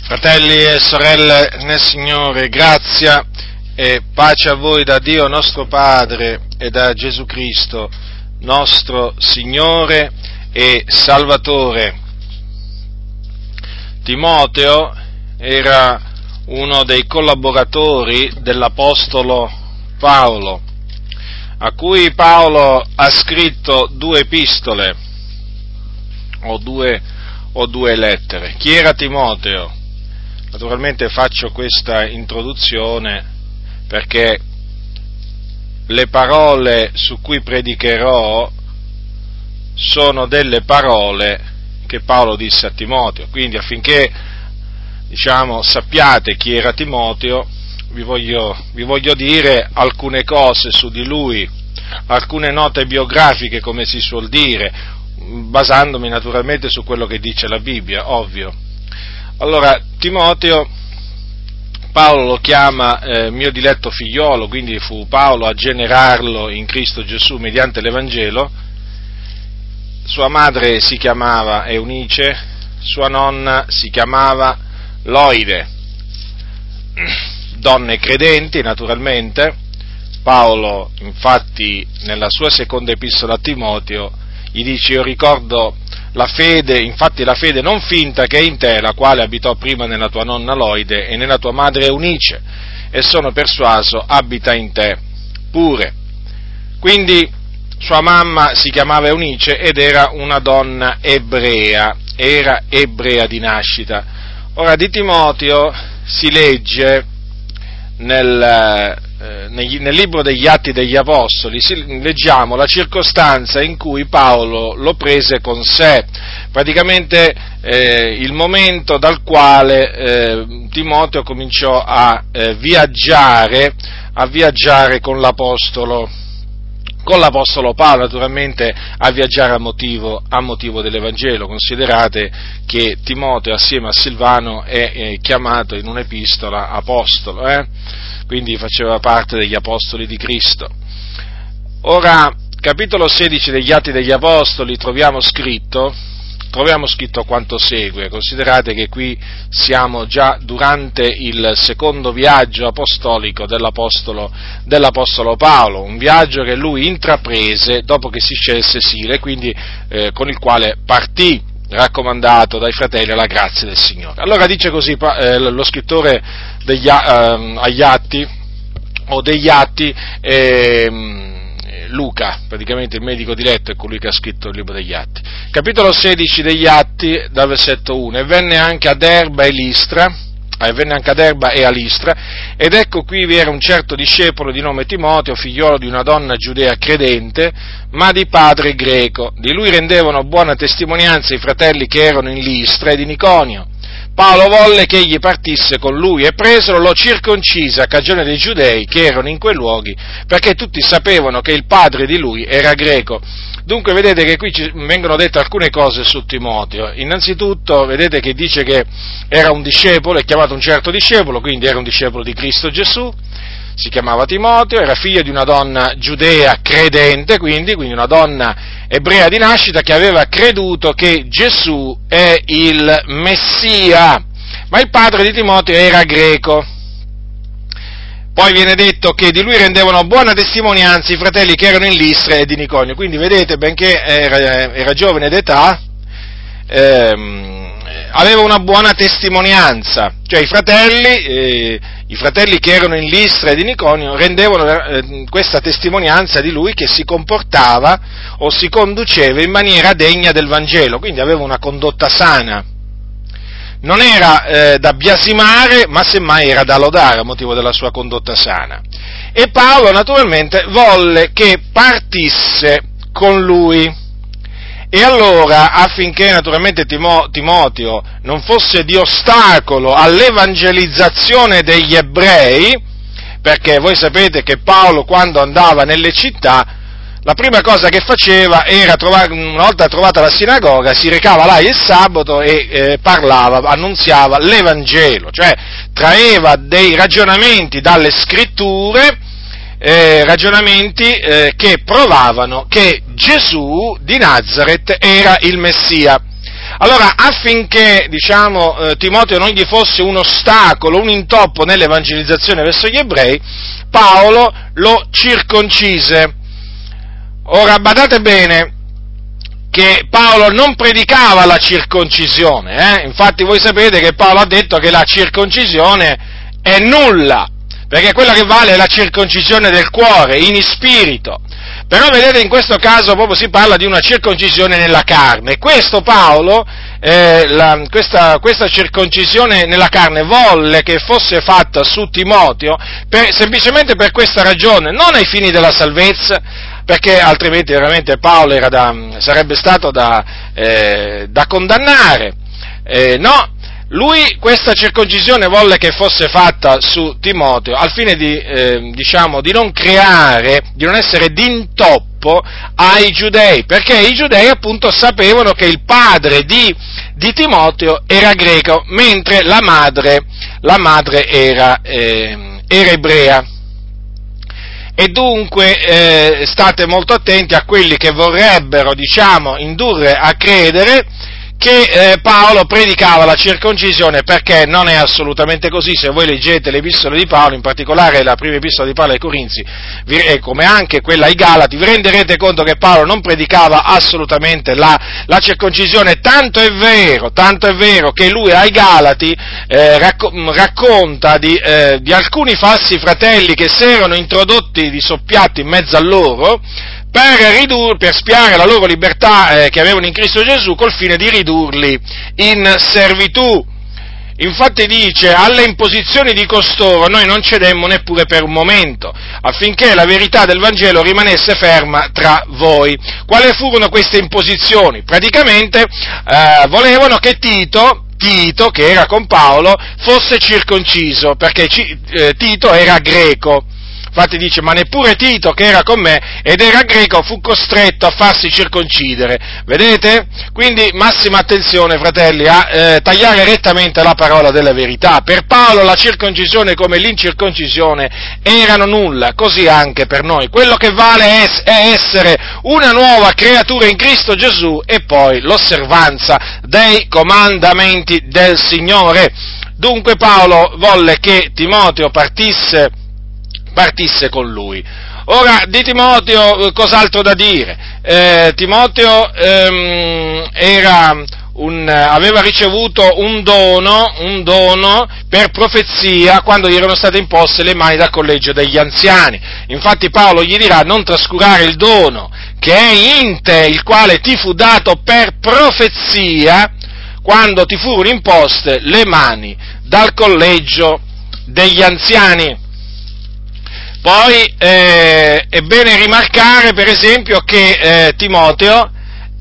Fratelli e sorelle nel Signore, grazia e pace a voi da Dio nostro Padre e da Gesù Cristo, nostro Signore e Salvatore. Timoteo era uno dei collaboratori dell'Apostolo Paolo, a cui Paolo ha scritto 2 epistole o due lettere. Chi era Timoteo? Naturalmente faccio questa introduzione perché le parole su cui predicherò sono delle parole che Paolo disse a Timoteo, quindi affinché sappiate chi era Timoteo, vi voglio dire alcune cose su di lui, alcune note biografiche, come si suol dire, basandomi naturalmente su quello che dice la Bibbia, ovvio. Allora, Timoteo, Paolo lo chiama mio diletto figliolo, quindi fu Paolo a generarlo in Cristo Gesù mediante l'Evangelo. Sua madre si chiamava Eunice, sua nonna si chiamava Loide, donne credenti naturalmente. Paolo, infatti, nella sua seconda epistola a Timoteo, gli dice: io ricordo la fede, infatti la fede non finta che è in te, la quale abitò prima nella tua nonna Loide e nella tua madre Eunice, e sono persuaso abita in te pure. Quindi sua mamma si chiamava Eunice ed era una donna ebrea, era ebrea di nascita. Ora, di Timoteo si legge nel libro degli Atti degli Apostoli, leggiamo la circostanza in cui Paolo lo prese con sé, praticamente il momento dal quale Timoteo cominciò a viaggiare con l'Apostolo Paolo, naturalmente a viaggiare a motivo dell'Evangelo. Considerate che Timoteo assieme a Silvano è chiamato in un'epistola apostolo, quindi faceva parte degli apostoli di Cristo. Ora, capitolo 16 degli Atti degli Apostoli troviamo scritto quanto segue. Considerate che qui siamo già durante il secondo viaggio apostolico dell'apostolo Paolo, un viaggio che lui intraprese dopo che si scelse Sile, quindi con il quale partì, raccomandato dai fratelli alla grazia del Signore. Allora dice così lo scrittore degli Atti, Luca, praticamente il medico diletto, è colui che ha scritto il libro degli Atti. Capitolo 16 degli Atti, dal versetto 1: e venne anche a Derba e a Listra, ed ecco qui vi era un certo discepolo di nome Timoteo, figliolo di una donna giudea credente, ma di padre greco. Di lui rendevano buona testimonianza i fratelli che erano in Listra ed in Iconio. Paolo volle che egli partisse con lui e presolo lo circoncise a cagione dei giudei che erano in quei luoghi, perché tutti sapevano che il padre di lui era greco. Dunque vedete che qui ci vengono dette alcune cose su Timoteo. Innanzitutto vedete che dice che era un discepolo, è chiamato un certo discepolo, quindi era un discepolo di Cristo Gesù, si chiamava Timoteo, era figlio di una donna giudea credente, quindi una donna ebrea di nascita che aveva creduto che Gesù è il Messia, ma il padre di Timoteo era greco. Poi viene detto che di lui rendevano buona testimonianza i fratelli che erano in Listra ed in Iconio, quindi vedete, benché era giovane d'età, aveva una buona testimonianza, cioè i fratelli che erano in Listra ed in Iconio rendevano questa testimonianza di lui, che si comportava o si conduceva in maniera degna del Vangelo, quindi aveva una condotta sana. Non era da biasimare, ma semmai era da lodare a motivo della sua condotta sana. E Paolo naturalmente volle che partisse con lui. E allora, affinché naturalmente Timoteo non fosse di ostacolo all'evangelizzazione degli ebrei, perché voi sapete che Paolo, quando andava nelle città, la prima cosa che faceva era, una volta trovata la sinagoga, si recava là il sabato e parlava, annunziava l'Evangelo, cioè traeva dei ragionamenti dalle scritture, che provavano che Gesù di Nazaret era il Messia. Allora, affinché, Timoteo non gli fosse un ostacolo, un intoppo nell'evangelizzazione verso gli ebrei, Paolo lo circoncise. Ora, badate bene che Paolo non predicava la circoncisione, infatti voi sapete che Paolo ha detto che la circoncisione è nulla, perché quella che vale è la circoncisione del cuore, in spirito. Però vedete, in questo caso proprio si parla di una circoncisione nella carne. Questo Paolo, questa circoncisione nella carne volle che fosse fatta su Timoteo semplicemente per questa ragione, non ai fini della salvezza, perché altrimenti veramente Paolo sarebbe stato da condannare. No, lui questa circoncisione volle che fosse fatta su Timoteo al fine di non creare, di non essere d'intoppo ai giudei, perché i giudei appunto sapevano che il padre di Timoteo era greco, mentre la madre era ebrea. E dunque state molto attenti a quelli che vorrebbero, indurre a credere che Paolo predicava la circoncisione, perché non è assolutamente così. Se voi leggete le epistole di Paolo, in particolare la prima epistola di Paolo ai Corinzi, come anche quella ai Galati, vi renderete conto che Paolo non predicava assolutamente la circoncisione, tanto è vero che lui ai Galati racconta di alcuni falsi fratelli che si erano introdotti di soppiatto in mezzo a loro, per spiare la loro libertà che avevano in Cristo Gesù, col fine di ridurli in servitù. Infatti dice: alle imposizioni di costoro noi non cedemmo neppure per un momento, affinché la verità del Vangelo rimanesse ferma tra voi. Quali furono queste imposizioni? Praticamente volevano che Tito, che era con Paolo, fosse circonciso, perché Tito era greco. Infatti dice: ma neppure Tito, che era con me ed era greco, fu costretto a farsi circoncidere. Vedete? Quindi massima attenzione, fratelli, a tagliare rettamente la parola della verità. Per Paolo la circoncisione come l'incirconcisione erano nulla, così anche per noi. Quello che vale è essere una nuova creatura in Cristo Gesù e poi l'osservanza dei comandamenti del Signore. Dunque Paolo volle che Timoteo partisse con lui. Ora, di Timoteo cos'altro da dire? Timoteo aveva ricevuto un dono per profezia quando gli erano state imposte le mani dal collegio degli anziani. Infatti Paolo gli dirà: non trascurare il dono che è in te, il quale ti fu dato per profezia quando ti furono imposte le mani dal collegio degli anziani. Poi è bene rimarcare, per esempio, che Timoteo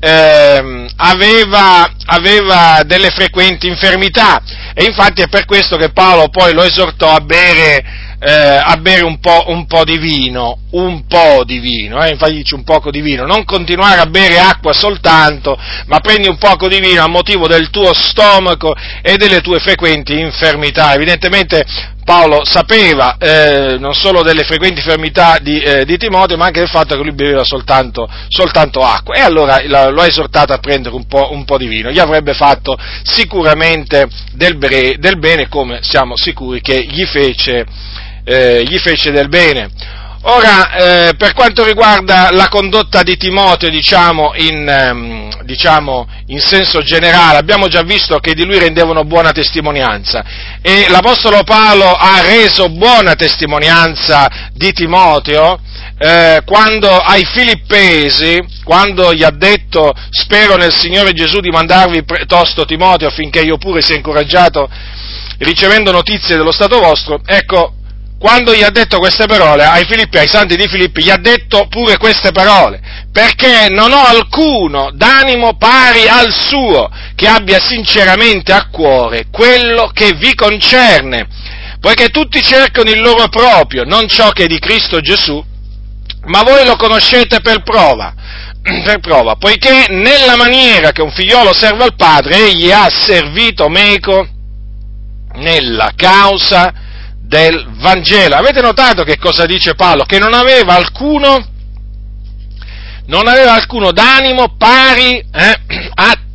aveva delle frequenti infermità, e infatti è per questo che Paolo poi lo esortò a bere un po' di vino, infatti dice un poco di vino, non continuare a bere acqua soltanto, ma prendi un poco di vino a motivo del tuo stomaco e delle tue frequenti infermità. Evidentemente Paolo sapeva non solo delle frequenti infermità di Timoteo, ma anche del fatto che lui beveva soltanto acqua, e allora lo ha esortato a prendere un po' di vino. Gli avrebbe fatto sicuramente del bene, come siamo sicuri che gli fece del bene. Ora, per quanto riguarda la condotta di Timoteo, in senso generale, abbiamo già visto che di lui rendevano buona testimonianza, e l'Apostolo Paolo ha reso buona testimonianza di Timoteo quando ai Filippesi, quando gli ha detto: spero nel Signore Gesù di mandarvi tosto Timoteo affinché io pure sia incoraggiato ricevendo notizie dello stato vostro. Ecco, quando gli ha detto queste parole ai Filippi, ai santi di Filippi, gli ha detto pure queste parole: perché non ho alcuno d'animo pari al suo, che abbia sinceramente a cuore quello che vi concerne, poiché tutti cercano il loro proprio, non ciò che è di Cristo Gesù, ma voi lo conoscete per prova, poiché nella maniera che un figliolo serve al padre, egli ha servito meco nella causa del Vangelo. Avete notato che cosa dice Paolo? Che non aveva alcuno d'animo pari a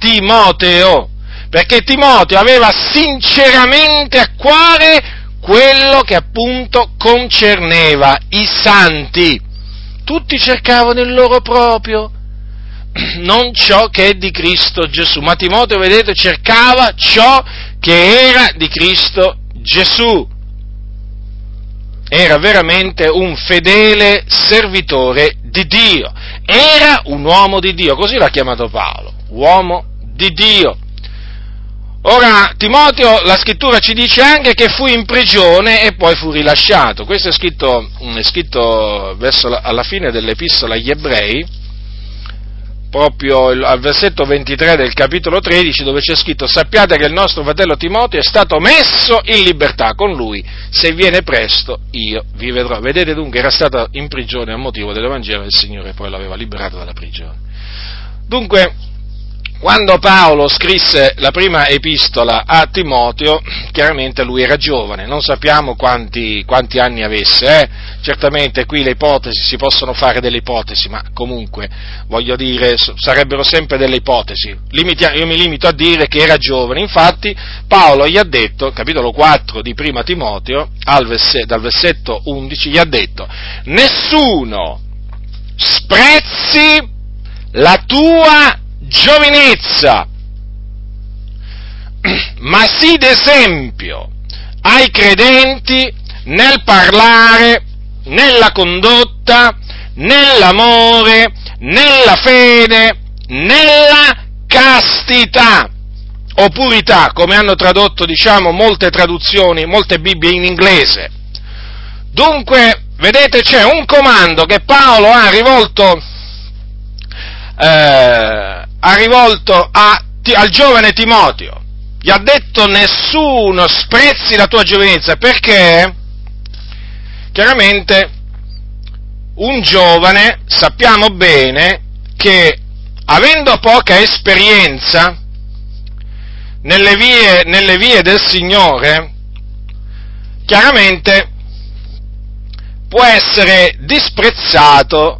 Timoteo, perché Timoteo aveva sinceramente a cuore quello che appunto concerneva i santi. Tutti cercavano il loro proprio, non ciò che è di Cristo Gesù. Ma Timoteo, vedete, cercava ciò che era di Cristo Gesù. Era veramente un fedele servitore di Dio. Era un uomo di Dio, così l'ha chiamato Paolo, uomo di Dio. Ora, Timoteo, la scrittura ci dice anche che fu in prigione e poi fu rilasciato. Questo è scritto verso alla fine dell'Epistola agli Ebrei, proprio al versetto 23 del capitolo 13, dove c'è scritto: sappiate che il nostro fratello Timoteo è stato messo in libertà, con lui, se viene presto, io vi vedrò. Vedete dunque, era stato in prigione a motivo dell'Evangelo, e il Signore poi l'aveva liberato dalla prigione. Dunque, quando Paolo scrisse la prima epistola a Timoteo, chiaramente lui era giovane, non sappiamo quanti anni avesse, certamente qui le ipotesi, si possono fare delle ipotesi, ma comunque, voglio dire, sarebbero sempre delle ipotesi. Io mi limito a dire che era giovane. Infatti Paolo gli ha detto, capitolo 4 di prima Timoteo, dal versetto 11, gli ha detto: nessuno sprezzi la tua giovinezza, ma sii d'esempio ai credenti nel parlare, nella condotta, nell'amore, nella fede, nella castità o purità, come hanno tradotto, molte traduzioni, molte Bibbie in inglese. Dunque, vedete, c'è un comando che Paolo ha rivolto al giovane Timoteo. Gli ha detto: nessuno sprezzi la tua giovinezza, perché chiaramente un giovane, sappiamo bene che avendo poca esperienza nelle vie del Signore, chiaramente può essere disprezzato,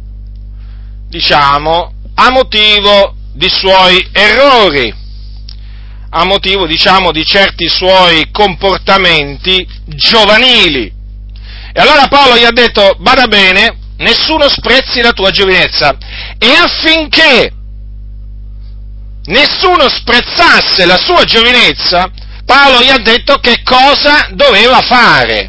a motivo di suoi errori, a motivo, di certi suoi comportamenti giovanili. E allora Paolo gli ha detto: bada bene, nessuno sprezzi la tua giovinezza. E affinché nessuno sprezzasse la sua giovinezza, Paolo gli ha detto che cosa doveva fare.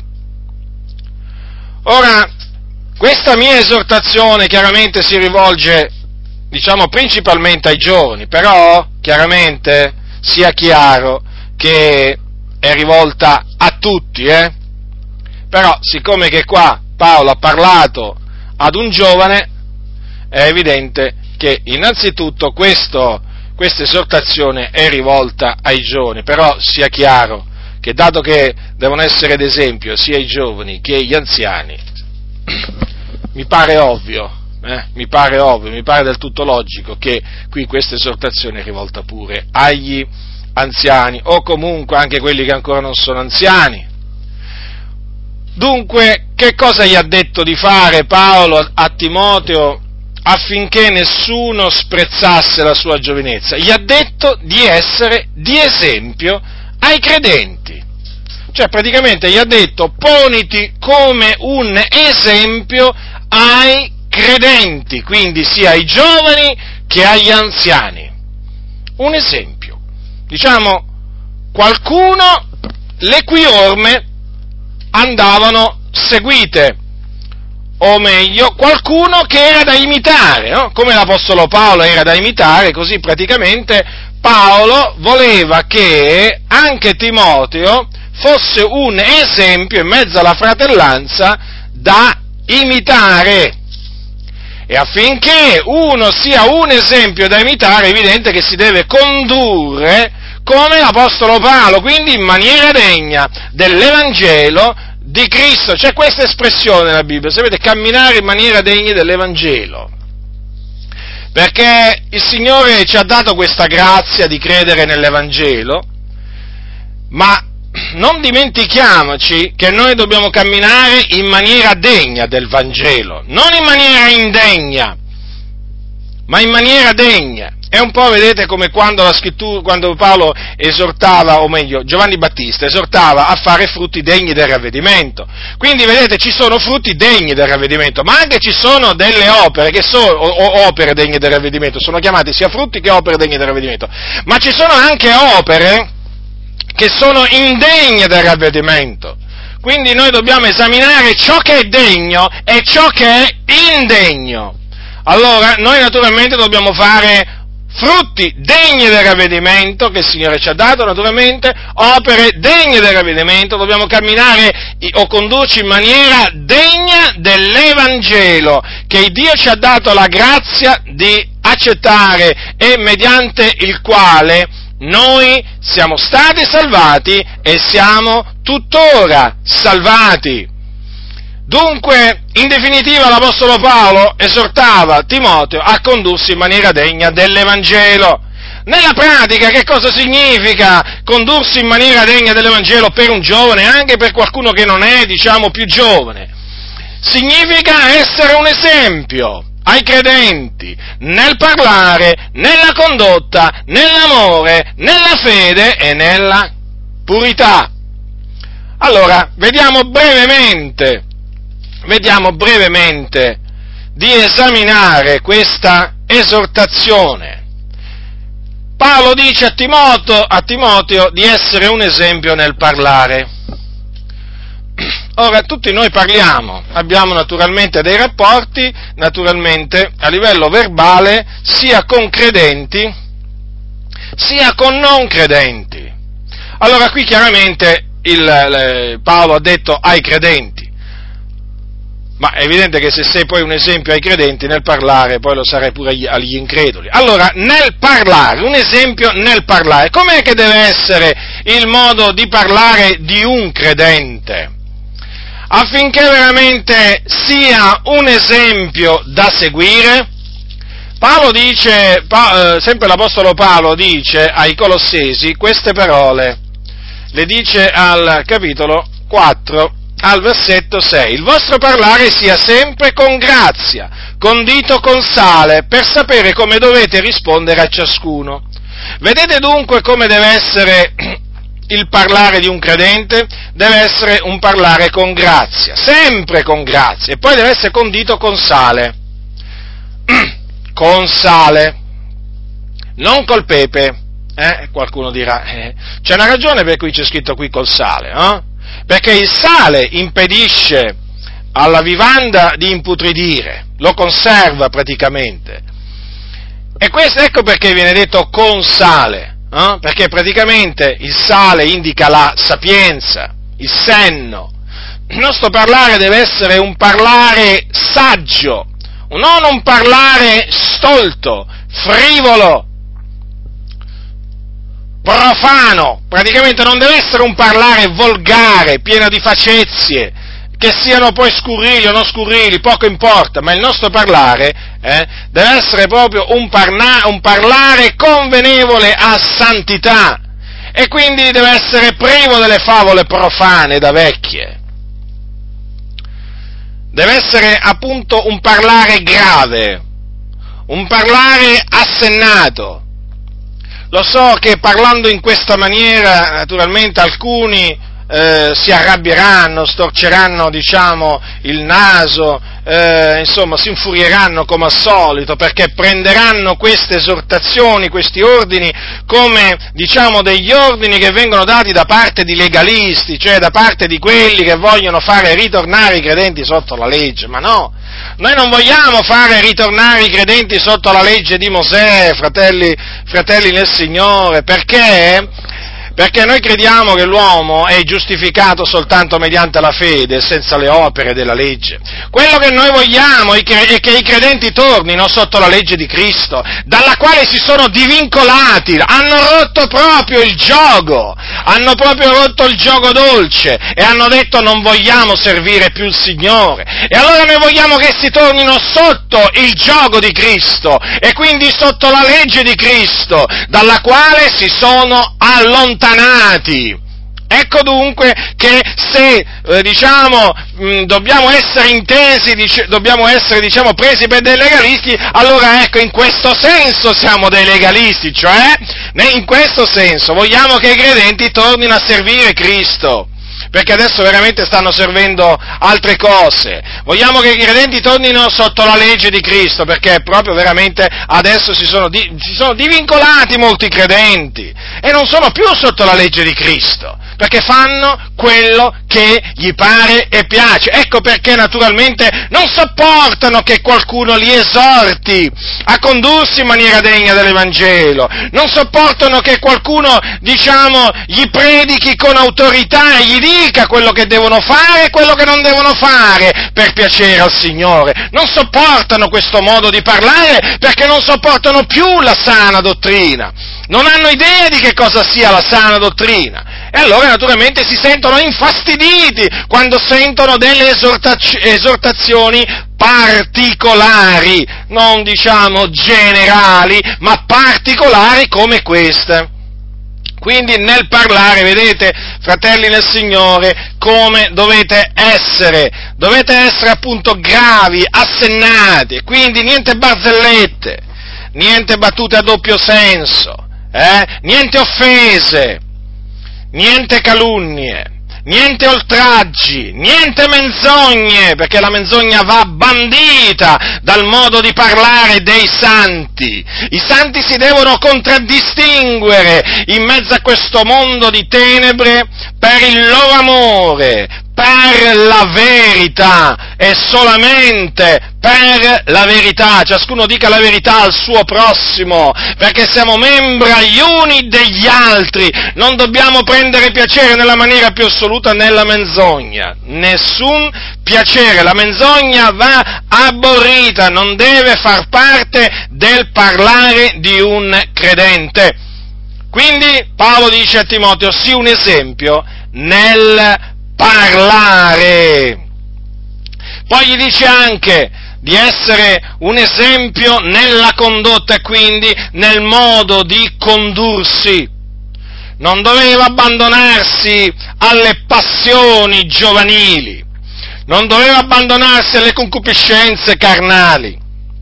Ora, questa mia esortazione chiaramente si rivolge, principalmente ai giovani, però chiaramente sia chiaro che è rivolta a tutti, Però, siccome che qua Paolo ha parlato ad un giovane, è evidente che innanzitutto questa esortazione è rivolta ai giovani, però sia chiaro che, dato che devono essere d'esempio sia i giovani che gli anziani, mi pare ovvio, mi pare del tutto logico che qui questa esortazione è rivolta pure agli anziani, o comunque anche quelli che ancora non sono anziani. Dunque, che cosa gli ha detto di fare Paolo a Timoteo affinché nessuno sprezzasse la sua giovinezza? Gli ha detto di essere di esempio ai credenti. Cioè, praticamente gli ha detto: poniti come un esempio ai credenti, quindi sia ai giovani che agli anziani. Un esempio. Qualcuno le cui orme andavano seguite, o meglio, qualcuno che era da imitare, no? Come l'Apostolo Paolo era da imitare, così praticamente Paolo voleva che anche Timoteo fosse un esempio in mezzo alla fratellanza da imitare. E affinché uno sia un esempio da imitare, è evidente che si deve condurre come l'Apostolo Paolo, quindi in maniera degna dell'Evangelo di Cristo. C'è questa espressione nella Bibbia, sapete, camminare in maniera degna dell'Evangelo. Perché il Signore ci ha dato questa grazia di credere nell'Evangelo, ma non dimentichiamoci che noi dobbiamo camminare in maniera degna del Vangelo, non in maniera indegna, ma in maniera degna. È un po', vedete, come quando la scrittura, quando Paolo esortava, o meglio, Giovanni Battista esortava a fare frutti degni del ravvedimento. Quindi, vedete, ci sono frutti degni del ravvedimento, ma anche ci sono delle opere che sono, o opere degne del ravvedimento, sono chiamati sia frutti che opere degne del ravvedimento, ma ci sono anche opere che sono indegne del ravvedimento. Quindi noi dobbiamo esaminare ciò che è degno e ciò che è indegno. Allora, noi naturalmente dobbiamo fare frutti degni del ravvedimento che il Signore ci ha dato, naturalmente, opere degne del ravvedimento, dobbiamo camminare o condurci in maniera degna dell'Evangelo che Dio ci ha dato la grazia di accettare e mediante il quale noi siamo stati salvati e siamo tuttora salvati. Dunque, in definitiva, l'Apostolo Paolo esortava Timoteo a condursi in maniera degna dell'Evangelo. Nella pratica, che cosa significa condursi in maniera degna dell'Evangelo per un giovane, anche per qualcuno che non è, più giovane? Significa essere un esempio ai credenti nel parlare, nella condotta, nell'amore, nella fede e nella purità. Allora, vediamo brevemente di esaminare questa esortazione. Paolo dice a Timoteo di essere un esempio nel parlare. Ora, tutti noi parliamo, abbiamo naturalmente dei rapporti, naturalmente a livello verbale, sia con credenti, sia con non credenti. Allora, qui chiaramente Paolo ha detto ai credenti, ma è evidente che se sei poi un esempio ai credenti nel parlare, poi lo sarai pure agli increduli. Allora, nel parlare, un esempio nel parlare, com'è che deve essere il modo di parlare di un credente? Affinché veramente sia un esempio da seguire, Paolo dice, sempre l'Apostolo Paolo dice ai Colossesi queste parole, le dice al capitolo 4, al versetto 6, il vostro parlare sia sempre con grazia, condito con sale, per sapere come dovete rispondere a ciascuno. Vedete dunque come deve essere il parlare di un credente? Deve essere un parlare con grazia, sempre con grazia, e poi deve essere condito con sale. Con sale, non col pepe. Qualcuno dirà, c'è una ragione per cui c'è scritto qui col sale, Perché il sale impedisce alla vivanda di imputridire, lo conserva praticamente. E questo, ecco perché viene detto con sale, perché praticamente il sale indica la sapienza, il senno. Il nostro parlare deve essere un parlare saggio, non un parlare stolto, frivolo, profano, praticamente non deve essere un parlare volgare, pieno di facezie, che siano poi scurrili o non scurrili, poco importa, ma il nostro parlare deve essere proprio un parlare convenevole a santità, e quindi deve essere privo delle favole profane da vecchie. Deve essere appunto un parlare grave, un parlare assennato. Lo so che parlando in questa maniera, naturalmente alcuni si arrabbieranno, storceranno, il naso, insomma, si infurieranno come al solito, perché prenderanno queste esortazioni, questi ordini, come, degli ordini che vengono dati da parte di legalisti, cioè da parte di quelli che vogliono fare ritornare i credenti sotto la legge. Ma no! Noi non vogliamo fare ritornare i credenti sotto la legge di Mosè, fratelli nel Signore, perché noi crediamo che l'uomo è giustificato soltanto mediante la fede, senza le opere della legge. Quello che noi vogliamo è che i credenti tornino sotto la legge di Cristo, dalla quale si sono divincolati, hanno rotto proprio il giogo, hanno proprio rotto il giogo dolce e hanno detto non vogliamo servire più il Signore. E allora noi vogliamo che si tornino sotto il giogo di Cristo e quindi sotto la legge di Cristo, dalla quale si sono allontanati. Ecco dunque che se, dobbiamo essere intesi, dobbiamo essere, presi per dei legalisti, allora ecco, in questo senso siamo dei legalisti, cioè, in questo senso vogliamo che i credenti tornino a servire Cristo, perché adesso veramente stanno servendo altre cose. Vogliamo che i credenti tornino sotto la legge di Cristo, perché proprio veramente adesso si sono divincolati molti credenti e non sono più sotto la legge di Cristo, perché fanno quello che gli pare e piace. Ecco perché naturalmente non sopportano che qualcuno li esorti a condursi in maniera degna dell'Evangelo, non sopportano che qualcuno, gli predichi con autorità e gli dica quello che devono fare e quello che non devono fare per piacere al Signore. Non sopportano questo modo di parlare perché non sopportano più la sana dottrina, non hanno idea di che cosa sia la sana dottrina. E allora naturalmente si sentono infastiditi quando sentono delle esortazioni particolari, non generali, ma particolari come queste. Quindi nel parlare, vedete, fratelli nel Signore, come dovete essere appunto gravi, assennati, e quindi niente barzellette, niente battute a doppio senso, niente offese, niente calunnie, niente oltraggi, niente menzogne, perché la menzogna va bandita dal modo di parlare dei santi. I santi si devono contraddistinguere in mezzo a questo mondo di tenebre per il loro amore, per la verità e solamente per la verità. Ciascuno dica la verità al suo prossimo, perché siamo membra gli uni degli altri, non dobbiamo prendere piacere nella maniera più assoluta nella menzogna, nessun piacere, la menzogna va aborrita, non deve far parte del parlare di un credente. Quindi Paolo dice a Timoteo: sii un esempio nel parlare. Poi gli dice anche di essere un esempio nella condotta e quindi nel modo di condursi. Non doveva abbandonarsi alle passioni giovanili, non doveva abbandonarsi alle concupiscenze carnali,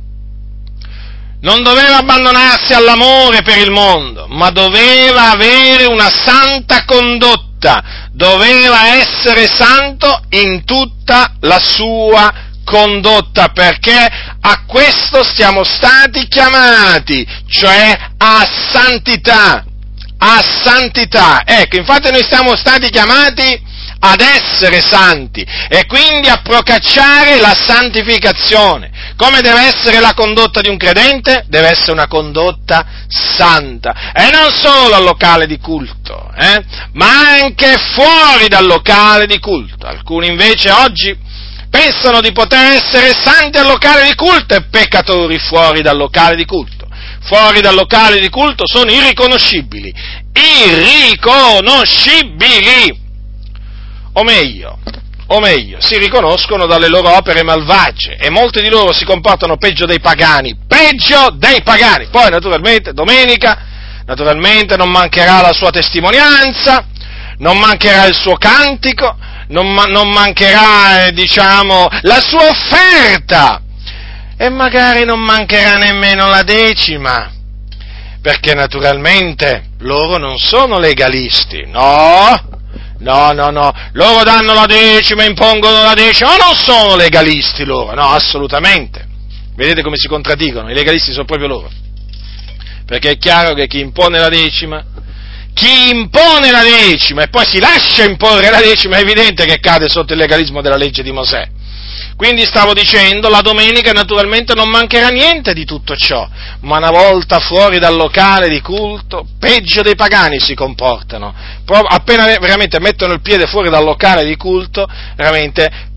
non doveva abbandonarsi all'amore per il mondo, ma doveva avere una santa condotta, doveva essere santo in tutta la sua condotta, perché a questo siamo stati chiamati, cioè a santità, Ecco, infatti noi siamo stati chiamati ad essere santi e quindi a procacciare la santificazione. Come deve essere la condotta di un credente? Deve essere una condotta santa, e non solo al locale di culto, ma anche fuori dal locale di culto. Alcuni invece oggi pensano di poter essere santi al locale di culto e peccatori fuori dal locale di culto. Fuori dal locale di culto sono irriconoscibili, o meglio, si riconoscono dalle loro opere malvagie, e molti di loro si comportano peggio dei pagani. Poi naturalmente domenica non mancherà la sua testimonianza, non mancherà il suo cantico, non mancherà, la sua offerta, e magari non mancherà nemmeno la decima, perché naturalmente loro non sono legalisti, no, loro danno la decima, impongono la decima, ma non sono legalisti loro, no, assolutamente. Vedete come si contraddicono? I legalisti sono proprio loro, perché è chiaro che chi impone la decima e poi si lascia imporre la decima, è evidente che cade sotto il legalismo della legge di Mosè. Quindi stavo dicendo, la domenica naturalmente non mancherà niente di tutto ciò, ma una volta fuori dal locale di culto, peggio dei pagani si comportano. Appena veramente mettono il piede fuori dal locale di culto, veramente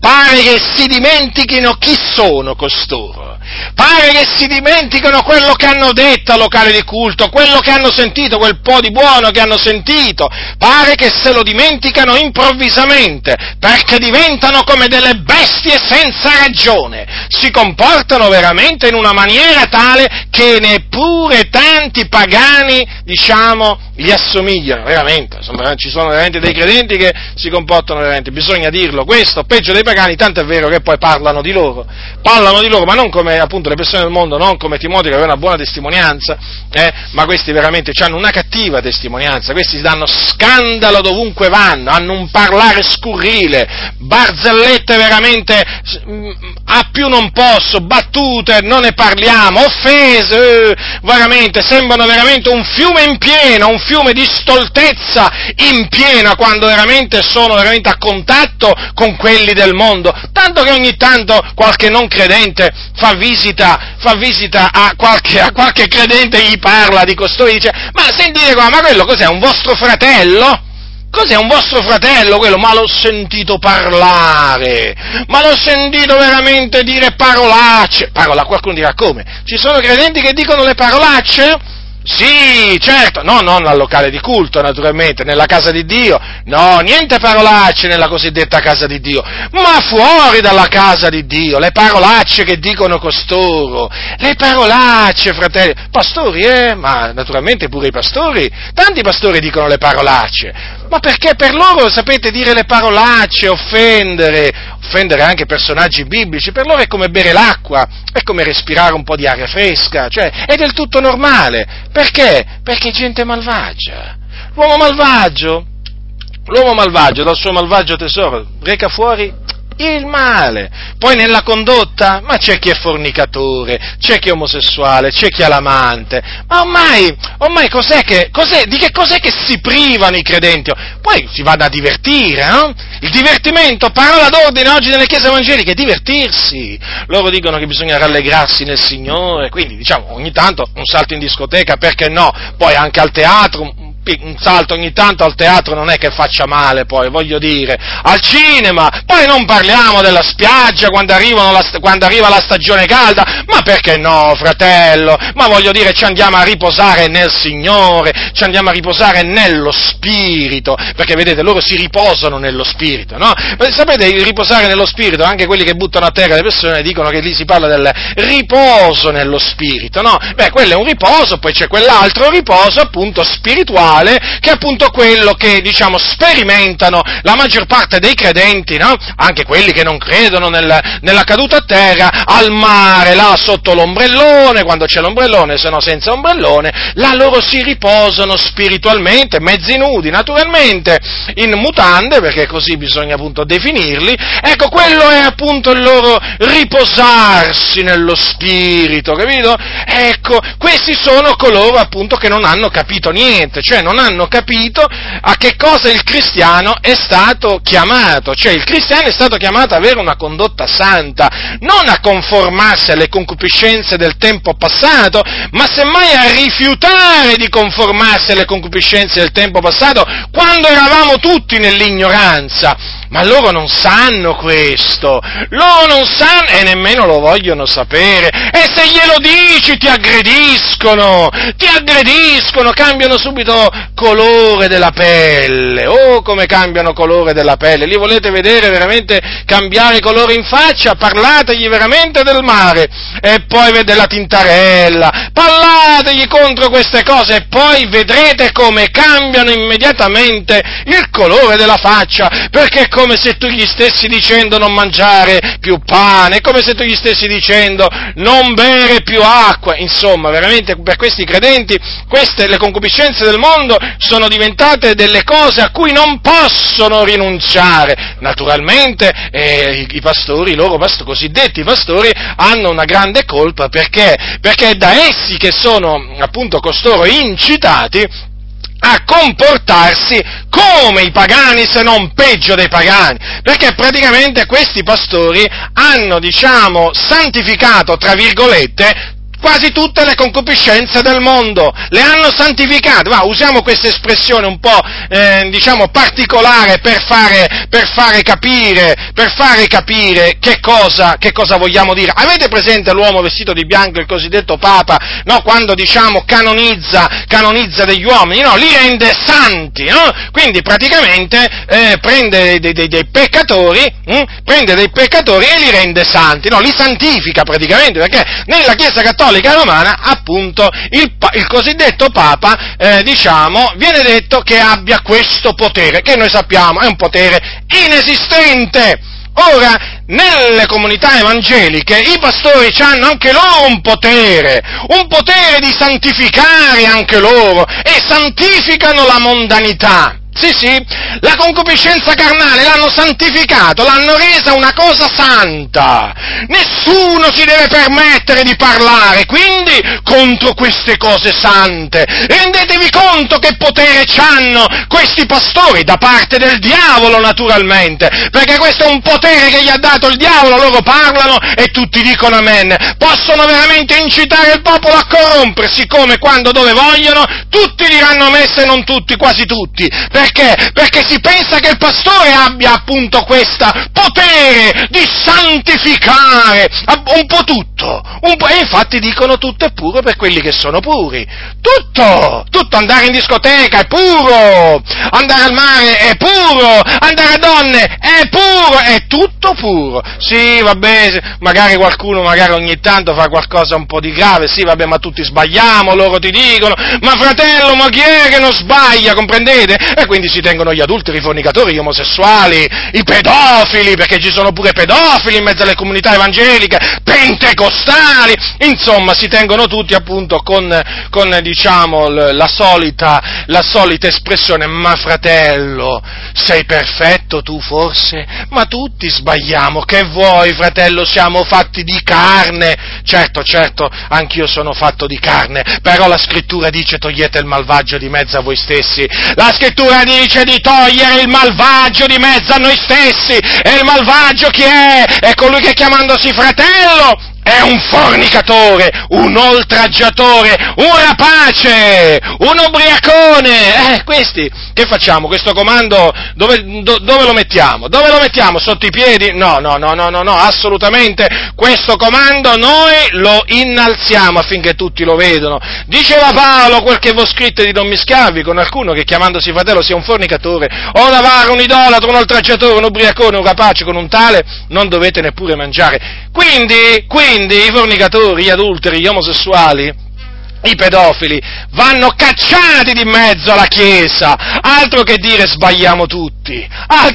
pare che si dimentichino chi sono costoro. Pare che si dimenticano quello che hanno detto al locale di culto, quello che hanno sentito, quel po' di buono che hanno sentito. Pare che se lo dimenticano improvvisamente, perché diventano come delle bestie senza ragione. Si comportano veramente in una maniera tale che neppure tanti pagani, gli assomigliano, veramente. Ci sono veramente dei credenti che si comportano veramente, bisogna dirlo, questo, peggio dei pagani, tanto è vero che poi parlano di loro, ma non come appunto le persone del mondo, non come Timoteo che aveva una buona testimonianza, ma questi veramente hanno una cattiva testimonianza, questi danno scandalo dovunque vanno, hanno un parlare scurrile, barzellette veramente a più non posso, battute, non ne parliamo, offese, veramente, sembrano veramente un fiume in piena, un fiume di stoltezza in piena, quando veramente sono veramente a contatto con quelli del mondo, tanto che ogni tanto qualche non credente fa visita a qualche credente e gli parla di costoro, dice: ma sentite qua, ma quello cos'è, un vostro fratello? Cos'è un vostro fratello quello? Ma l'ho sentito parlare, ma l'ho sentito veramente dire parolacce. Qualcuno dirà: come? Ci sono credenti che dicono le parolacce? Sì, certo, no, non al locale di culto, naturalmente, nella casa di Dio, no, niente parolacce nella cosiddetta casa di Dio, ma fuori dalla casa di Dio, le parolacce che dicono costoro, le parolacce, fratelli, pastori, ma naturalmente pure i pastori, tanti pastori dicono le parolacce, ma perché per loro, sapete, dire le parolacce, offendere anche personaggi biblici, per loro è come bere l'acqua, è come respirare un po' di aria fresca, cioè è del tutto normale. Perché? Perché è gente malvagia. L'uomo malvagio dal suo malvagio tesoro reca fuori il male. Poi nella condotta, ma c'è chi è fornicatore, c'è chi è omosessuale, c'è chi è l'amante, ma ormai di che cos'è che si privano i credenti? Poi si vanno a divertire, no? Il divertimento, parola d'ordine oggi nelle chiese evangeliche, è divertirsi. Loro dicono che bisogna rallegrarsi nel Signore, quindi ogni tanto un salto in discoteca, perché no? Poi anche al teatro, un salto ogni tanto al teatro non è che faccia male, poi, voglio dire, al cinema, poi non parliamo della spiaggia quando arriva la stagione calda, ma perché no, fratello? Ma voglio dire, ci andiamo a riposare nel Signore, ci andiamo a riposare nello Spirito, perché vedete, loro si riposano nello Spirito, no? Sapete, il riposare nello Spirito, anche quelli che buttano a terra le persone dicono che lì si parla del riposo nello Spirito, no? Beh, quello è un riposo, poi c'è quell'altro riposo, appunto, spirituale, che è appunto quello che, sperimentano la maggior parte dei credenti, no? Anche quelli che non credono nella caduta a terra, al mare, là sotto l'ombrellone, quando c'è l'ombrellone, se no senza ombrellone, là loro si riposano spiritualmente, mezzi nudi, naturalmente, in mutande, perché così bisogna appunto definirli. Ecco, quello è appunto il loro riposarsi nello Spirito, capito? Ecco, questi sono coloro appunto che non hanno capito niente, cioè non hanno capito a che cosa il cristiano è stato chiamato, cioè il cristiano è stato chiamato ad avere una condotta santa, non a conformarsi alle concupiscenze del tempo passato, ma semmai a rifiutare di conformarsi alle concupiscenze del tempo passato, quando eravamo tutti nell'ignoranza. Ma loro non sanno questo, loro non sanno e nemmeno lo vogliono sapere, e se glielo dici ti aggrediscono, cambiano subito colore della pelle. Oh, come cambiano colore della pelle! Li volete vedere veramente cambiare colore in faccia? Parlategli veramente del mare, e poi della tintarella, parlategli contro queste cose, e poi vedrete come cambiano immediatamente il colore della faccia, perché è come se tu gli stessi dicendo non mangiare più pane, è come se tu gli stessi dicendo non bere più acqua. Insomma, veramente per questi credenti, le concupiscenze del mondo sono diventate delle cose a cui non possono rinunciare. Naturalmente i pastori, i loro cosiddetti pastori, hanno una grande colpa, perché è da essi che sono appunto costoro incitati a comportarsi come i pagani, se non peggio dei pagani, perché praticamente questi pastori hanno, santificato, tra virgolette, quasi tutte le concupiscenze del mondo, le hanno santificate. Ma usiamo questa espressione un po', particolare per fare capire che cosa vogliamo dire. Avete presente l'uomo vestito di bianco, il cosiddetto Papa, no? Quando, canonizza degli uomini, no? Li rende santi, no? Quindi praticamente prende dei peccatori e li rende santi, no? Li santifica praticamente, perché nella Chiesa Cattolica Romana, appunto, il cosiddetto Papa, viene detto che abbia questo potere, che noi sappiamo è un potere inesistente. Ora, nelle comunità evangeliche i pastori hanno anche loro un potere di santificare anche loro, e santificano la mondanità. Sì, la concupiscenza carnale l'hanno santificato, l'hanno resa una cosa santa. Nessuno si deve permettere di parlare, quindi, contro queste cose sante. Rendetevi conto che potere c'hanno questi pastori da parte del diavolo, naturalmente, perché questo è un potere che gli ha dato il diavolo, loro parlano e tutti dicono amen. Possono veramente incitare il popolo a corrompersi, come, quando, dove vogliono, tutti diranno messe, non tutti, quasi tutti. Perché? Perché si pensa che il pastore abbia appunto questo potere di santificare un po' tutto, e infatti dicono tutto è puro per quelli che sono puri. Tutto, andare in discoteca è puro, andare al mare è puro, andare a donne è puro, è tutto puro. Sì, vabbè, magari qualcuno ogni tanto fa qualcosa un po' di grave, sì, vabbè, ma tutti sbagliamo, loro ti dicono, ma fratello, ma chi è che non sbaglia, comprendete? E quindi si tengono gli adulteri, i fornicatori, gli omosessuali, i pedofili, perché ci sono pure pedofili in mezzo alle comunità evangeliche, pentecostali, insomma, si tengono tutti appunto con la solita espressione, ma fratello, sei perfetto tu forse? Ma tutti sbagliamo, che vuoi, fratello, siamo fatti di carne. Certo, anch'io sono fatto di carne, però la scrittura dice togliete il malvagio di mezzo a voi stessi. La scrittura dice di togliere il malvagio di mezzo a noi stessi, e il malvagio chi è? È colui che, chiamandosi fratello, è un fornicatore, un oltraggiatore, un rapace, un ubriacone. Questi, che facciamo? Questo comando dove lo mettiamo? Dove lo mettiamo? Sotto i piedi? No, assolutamente. Questo comando noi lo innalziamo affinché tutti lo vedano. Diceva Paolo, quel che v'ho scritto di non mischiarvi con alcuno che, chiamandosi fratello, sia un fornicatore, o un avaro, un idolatro, un oltraggiatore, un ubriacone, un rapace. Con un tale non dovete neppure mangiare. Quindi i fornicatori, gli adulteri, gli omosessuali, i pedofili vanno cacciati di mezzo alla Chiesa. Altro che dire sbagliamo tutti,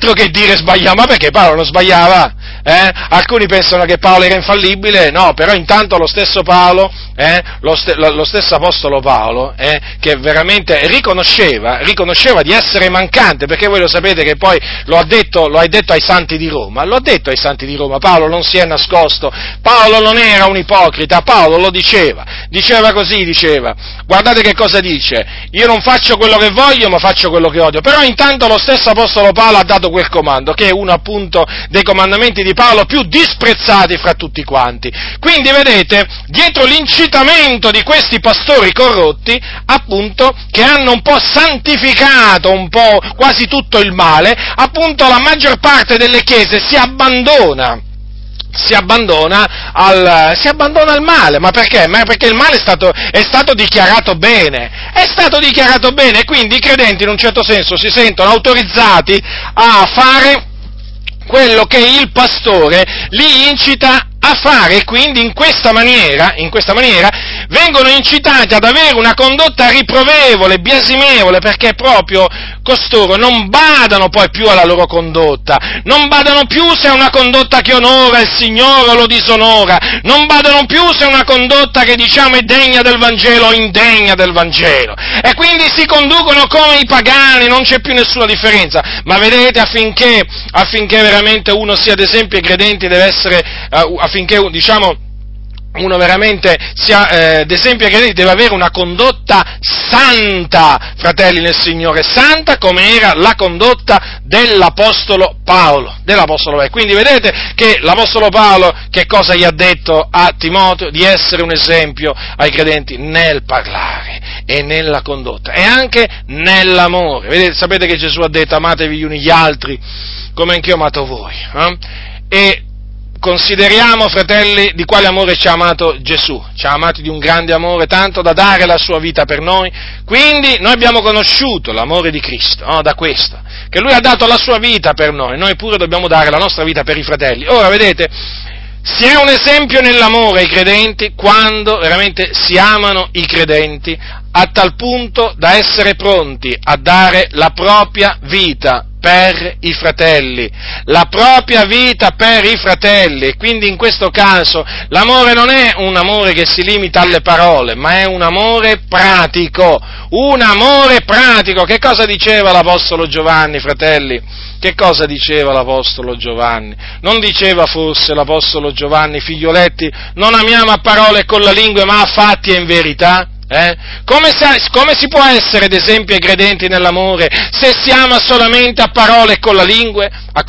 ma perché Paolo non sbagliava? Alcuni pensano che Paolo era infallibile, no, però intanto lo stesso Paolo, lo stesso apostolo Paolo, che veramente riconosceva di essere mancante, perché voi lo sapete che poi lo ha detto ai santi di Roma, Paolo non si è nascosto, Paolo non era un ipocrita, Paolo lo diceva così, guardate che cosa dice, io non faccio quello che voglio ma faccio quello che odio, però intanto lo stesso apostolo Paolo ha dato quel comando, che è uno appunto dei comandamenti di Paolo più disprezzati fra tutti quanti. Quindi vedete, dietro l'incitamento di questi pastori corrotti, appunto, che hanno un po' santificato un po' quasi tutto il male, appunto la maggior parte delle chiese si abbandona al male. Ma perché? Ma perché il male è stato dichiarato bene, e quindi i credenti in un certo senso si sentono autorizzati a fare quello che il pastore li incita a fare, e quindi in questa maniera vengono incitati ad avere una condotta riprovevole, biasimevole, perché proprio costoro non badano poi più alla loro condotta, non badano più se è una condotta che onora il Signore o lo disonora, non badano più se è una condotta che è degna del Vangelo o indegna del Vangelo, e quindi si conducono come i pagani, non c'è più nessuna differenza. Ma vedete, affinché veramente uno sia d'esempio ai credenti deve essere, affinché uno veramente d'esempio ai credenti deve avere una condotta santa, fratelli nel Signore, santa come era la condotta dell'Apostolo Paolo. Quindi vedete che l'Apostolo Paolo che cosa gli ha detto a Timoteo? Di essere un esempio ai credenti nel parlare e nella condotta e anche nell'amore. Vedete, sapete che Gesù ha detto: amatevi gli uni gli altri come anch'io ho amato voi. E consideriamo, fratelli, di quale amore ci ha amato Gesù. Ci ha amati di un grande amore, tanto da dare la sua vita per noi. Quindi noi abbiamo conosciuto l'amore di Cristo, da questo, che Lui ha dato la sua vita per noi. Noi pure dobbiamo dare la nostra vita per i fratelli. Ora, vedete, si è un esempio nell'amore ai credenti quando veramente si amano i credenti a tal punto da essere pronti a dare la propria vita per i fratelli, la propria vita per i fratelli. E quindi in questo caso l'amore non è un amore che si limita alle parole, ma è un amore pratico, Che cosa diceva l'Apostolo Giovanni, fratelli? Che cosa diceva l'Apostolo Giovanni? Non diceva forse l'Apostolo Giovanni: figlioletti, non amiamo a parole e con la lingua, ma a fatti e in verità? Come si può essere ad esempio ai credenti nell'amore se si ama solamente a parole e con la lingua?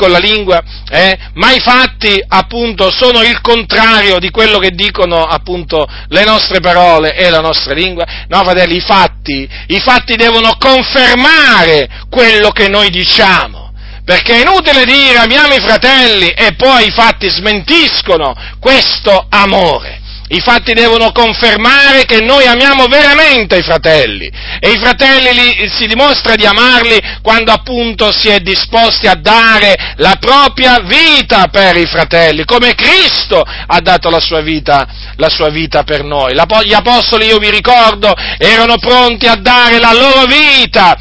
Ma i fatti appunto sono il contrario di quello che dicono appunto le nostre parole e la nostra lingua? No, fratelli, i fatti devono confermare quello che noi diciamo. Perché è inutile dire amiamo i fratelli e poi i fatti smentiscono questo amore. I fatti devono confermare che noi amiamo veramente i fratelli, e i fratelli si dimostra di amarli quando appunto si è disposti a dare la propria vita per i fratelli, come Cristo ha dato la sua vita per noi. Gli apostoli, io vi ricordo, erano pronti a dare la loro vita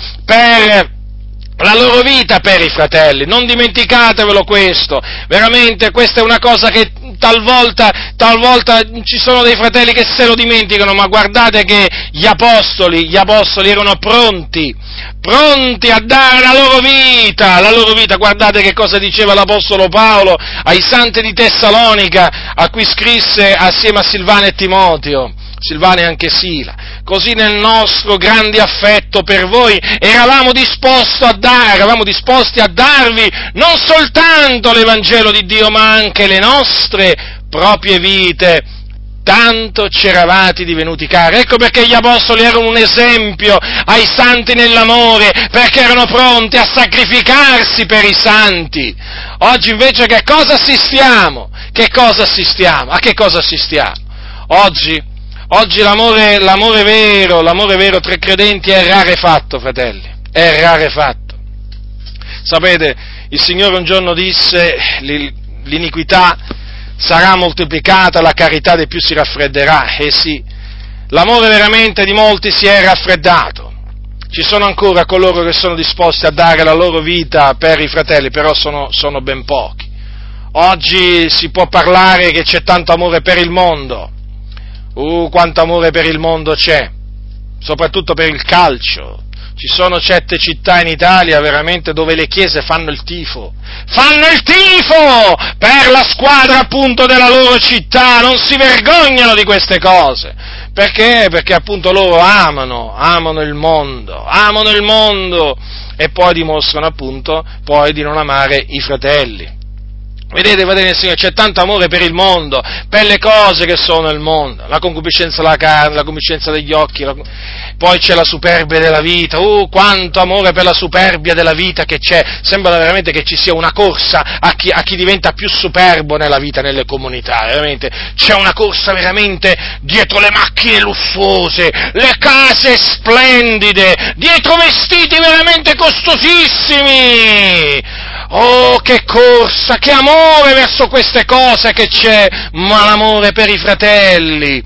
per i fratelli, non dimenticatevelo questo, veramente questa è una cosa che talvolta ci sono dei fratelli che se lo dimenticano, ma guardate che gli apostoli erano pronti a dare la loro vita, guardate che cosa diceva l'Apostolo Paolo ai santi di Tessalonica, a cui scrisse assieme a Silvano e Timoteo, Silvano e anche Sila: così nel nostro grande affetto per voi eravamo disposti a darvi non soltanto l'Evangelo di Dio, ma anche le nostre proprie vite, tanto c'eravate divenuti cari. Ecco perché gli apostoli erano un esempio ai santi nell'amore, perché erano pronti a sacrificarsi per i santi. Oggi invece a che cosa assistiamo? A che cosa assistiamo? Oggi l'amore vero tra i credenti è rarefatto, fratelli, è rarefatto. Sapete, il Signore un giorno disse: l'iniquità sarà moltiplicata, la carità dei più si raffredderà. E sì, l'amore veramente di molti si è raffreddato. Ci sono ancora coloro che sono disposti a dare la loro vita per i fratelli, però sono ben pochi. Oggi si può parlare che c'è tanto amore per il mondo. Quanto amore per il mondo c'è, soprattutto per il calcio. Ci sono certe città in Italia veramente dove le chiese fanno il tifo per la squadra appunto della loro città, non si vergognano di queste cose. Perché? Perché appunto loro amano il mondo e poi dimostrano appunto poi di non amare i fratelli. Vedete, Signore, c'è tanto amore per il mondo, per le cose che sono il mondo, la concupiscenza della carne, la concupiscenza degli occhi, poi c'è la superbia della vita. Quanto amore per la superbia della vita che c'è! Sembra veramente che ci sia una corsa a chi diventa più superbo nella vita, nelle comunità, veramente. C'è una corsa veramente dietro le macchine lussuose, le case splendide, dietro vestiti veramente costosissimi. Oh, che corsa, che amore verso queste cose che c'è, ma l'amore per i fratelli,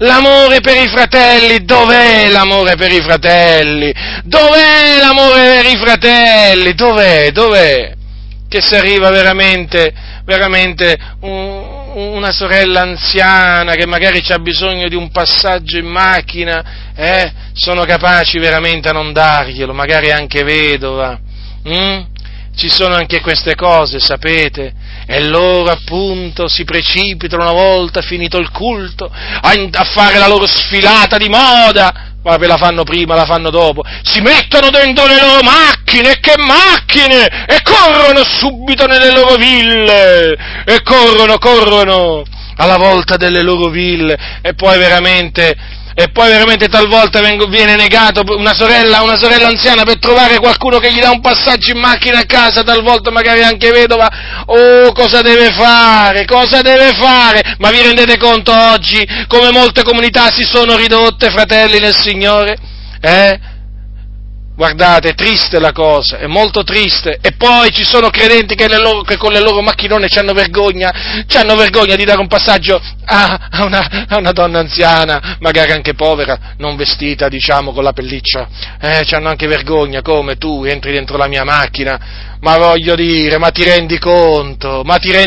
dov'è l'amore per i fratelli? Dov'è? Che si arriva veramente una sorella anziana che magari c'ha bisogno di un passaggio in macchina, sono capaci veramente a non darglielo, magari anche vedova, ci sono anche queste cose, sapete? E loro appunto si precipitano una volta finito il culto a fare la loro sfilata di moda. Ma ve la fanno prima, la fanno dopo, si mettono dentro le loro macchine, che macchine, e corrono subito nelle loro ville, e corrono alla volta delle loro ville, e poi veramente talvolta viene negato una sorella anziana per trovare qualcuno che gli dà un passaggio in macchina a casa, talvolta magari anche vedova. Oh, cosa deve fare? Ma vi rendete conto oggi come molte comunità si sono ridotte, fratelli nel Signore? Guardate, è triste la cosa, è molto triste. E poi ci sono credenti che con le loro macchinone c'hanno vergogna di dare un passaggio a una donna anziana, magari anche povera, non vestita, diciamo, con la pelliccia. C'hanno anche vergogna, come tu entri dentro la mia macchina. Ma voglio dire, ma ti rendi conto?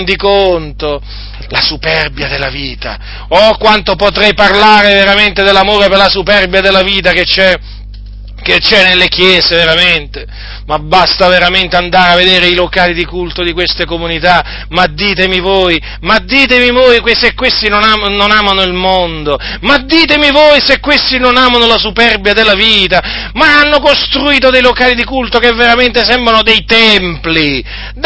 La superbia della vita. Oh, quanto potrei parlare veramente dell'amore per la superbia della vita che c'è nelle chiese, veramente, ma basta veramente andare a vedere i locali di culto di queste comunità, ma ditemi voi se questi non amano il mondo, ma ditemi voi se questi non amano la superbia della vita, ma hanno costruito dei locali di culto che veramente sembrano dei templi,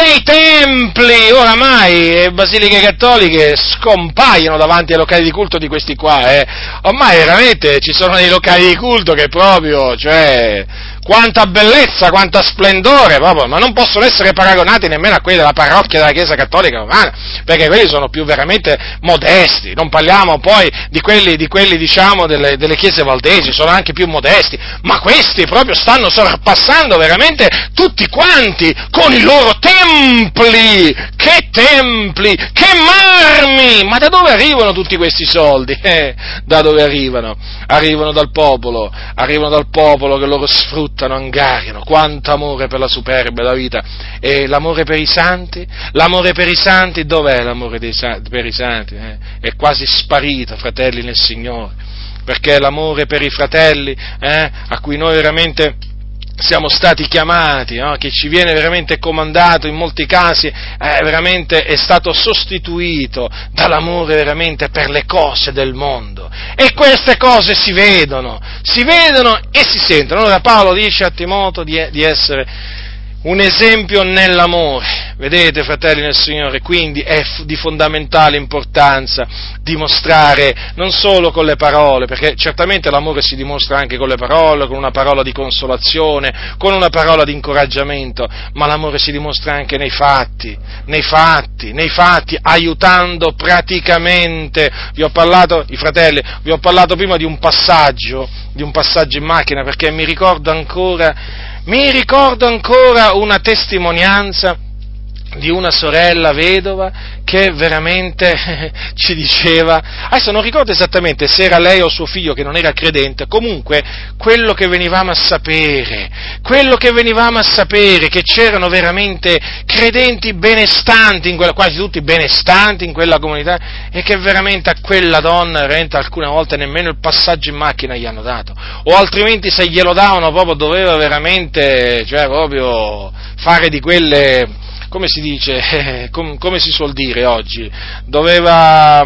oramai basiliche cattoliche scompaiono davanti ai locali di culto di questi qua, ormai veramente ci sono dei locali di culto che proprio, cioè, quanta bellezza, quanta splendore, proprio, ma non possono essere paragonati nemmeno a quelli della parrocchia della Chiesa Cattolica Romana, perché quelli sono più veramente modesti, non parliamo poi di quelli diciamo delle chiese valdesi, sono anche più modesti, ma questi proprio stanno sorpassando veramente tutti quanti con i loro templi, che marmi, ma da dove arrivano tutti questi soldi? Da dove arrivano? Arrivano dal popolo che loro sfruttano, angariano. Quanto amore per la superbia della vita. E l'amore per i santi, dov'è l'amore per i santi? È quasi sparito, fratelli nel Signore, perché l'amore per i fratelli, a cui noi veramente siamo stati chiamati, no? Che ci viene veramente comandato in molti casi, veramente è stato sostituito dall'amore veramente per le cose del mondo. E queste cose si vedono e si sentono. Allora Paolo dice a Timoteo di essere un esempio nell'amore. Vedete, fratelli nel Signore, quindi è di fondamentale importanza dimostrare non solo con le parole, perché certamente l'amore si dimostra anche con le parole, con una parola di consolazione, con una parola di incoraggiamento, ma l'amore si dimostra anche nei fatti, aiutando praticamente. Vi ho parlato prima di un passaggio in macchina, perché mi ricordo ancora una testimonianza di una sorella vedova che veramente ci diceva, adesso non ricordo esattamente se era lei o suo figlio che non era credente, comunque quello che venivamo a sapere, che c'erano veramente credenti benestanti, quasi tutti benestanti in quella comunità, e che veramente a quella donna veramente alcune volte nemmeno il passaggio in macchina gli hanno dato, o altrimenti se glielo davano proprio doveva veramente, cioè proprio fare di quelle, come si dice, come si suol dire oggi, doveva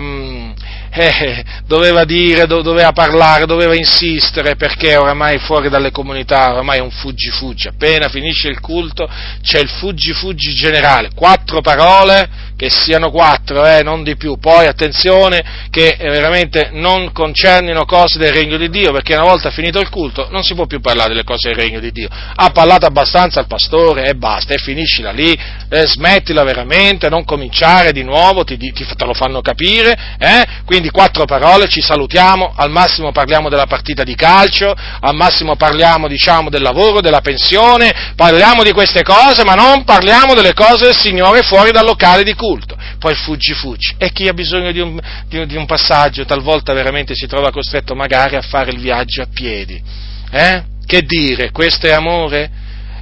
parlare, doveva insistere, perché oramai fuori dalle comunità, oramai è un fuggi-fuggi, appena finisce il culto c'è il fuggi-fuggi generale, 4 parole, che siano 4, non di più, poi attenzione che veramente non concernino cose del regno di Dio, perché una volta finito il culto non si può più parlare delle cose del regno di Dio, ha parlato abbastanza il pastore e basta, e finiscila lì, smettila veramente, non cominciare di nuovo, te lo fanno capire, quindi 4 parole, ci salutiamo, al massimo parliamo della partita di calcio, al massimo parliamo, diciamo, del lavoro, della pensione, parliamo di queste cose, ma non parliamo delle cose del Signore fuori dal locale di culto. Poi fuggi, e chi ha bisogno di un passaggio talvolta veramente si trova costretto magari a fare il viaggio a piedi, Che dire, questo è amore?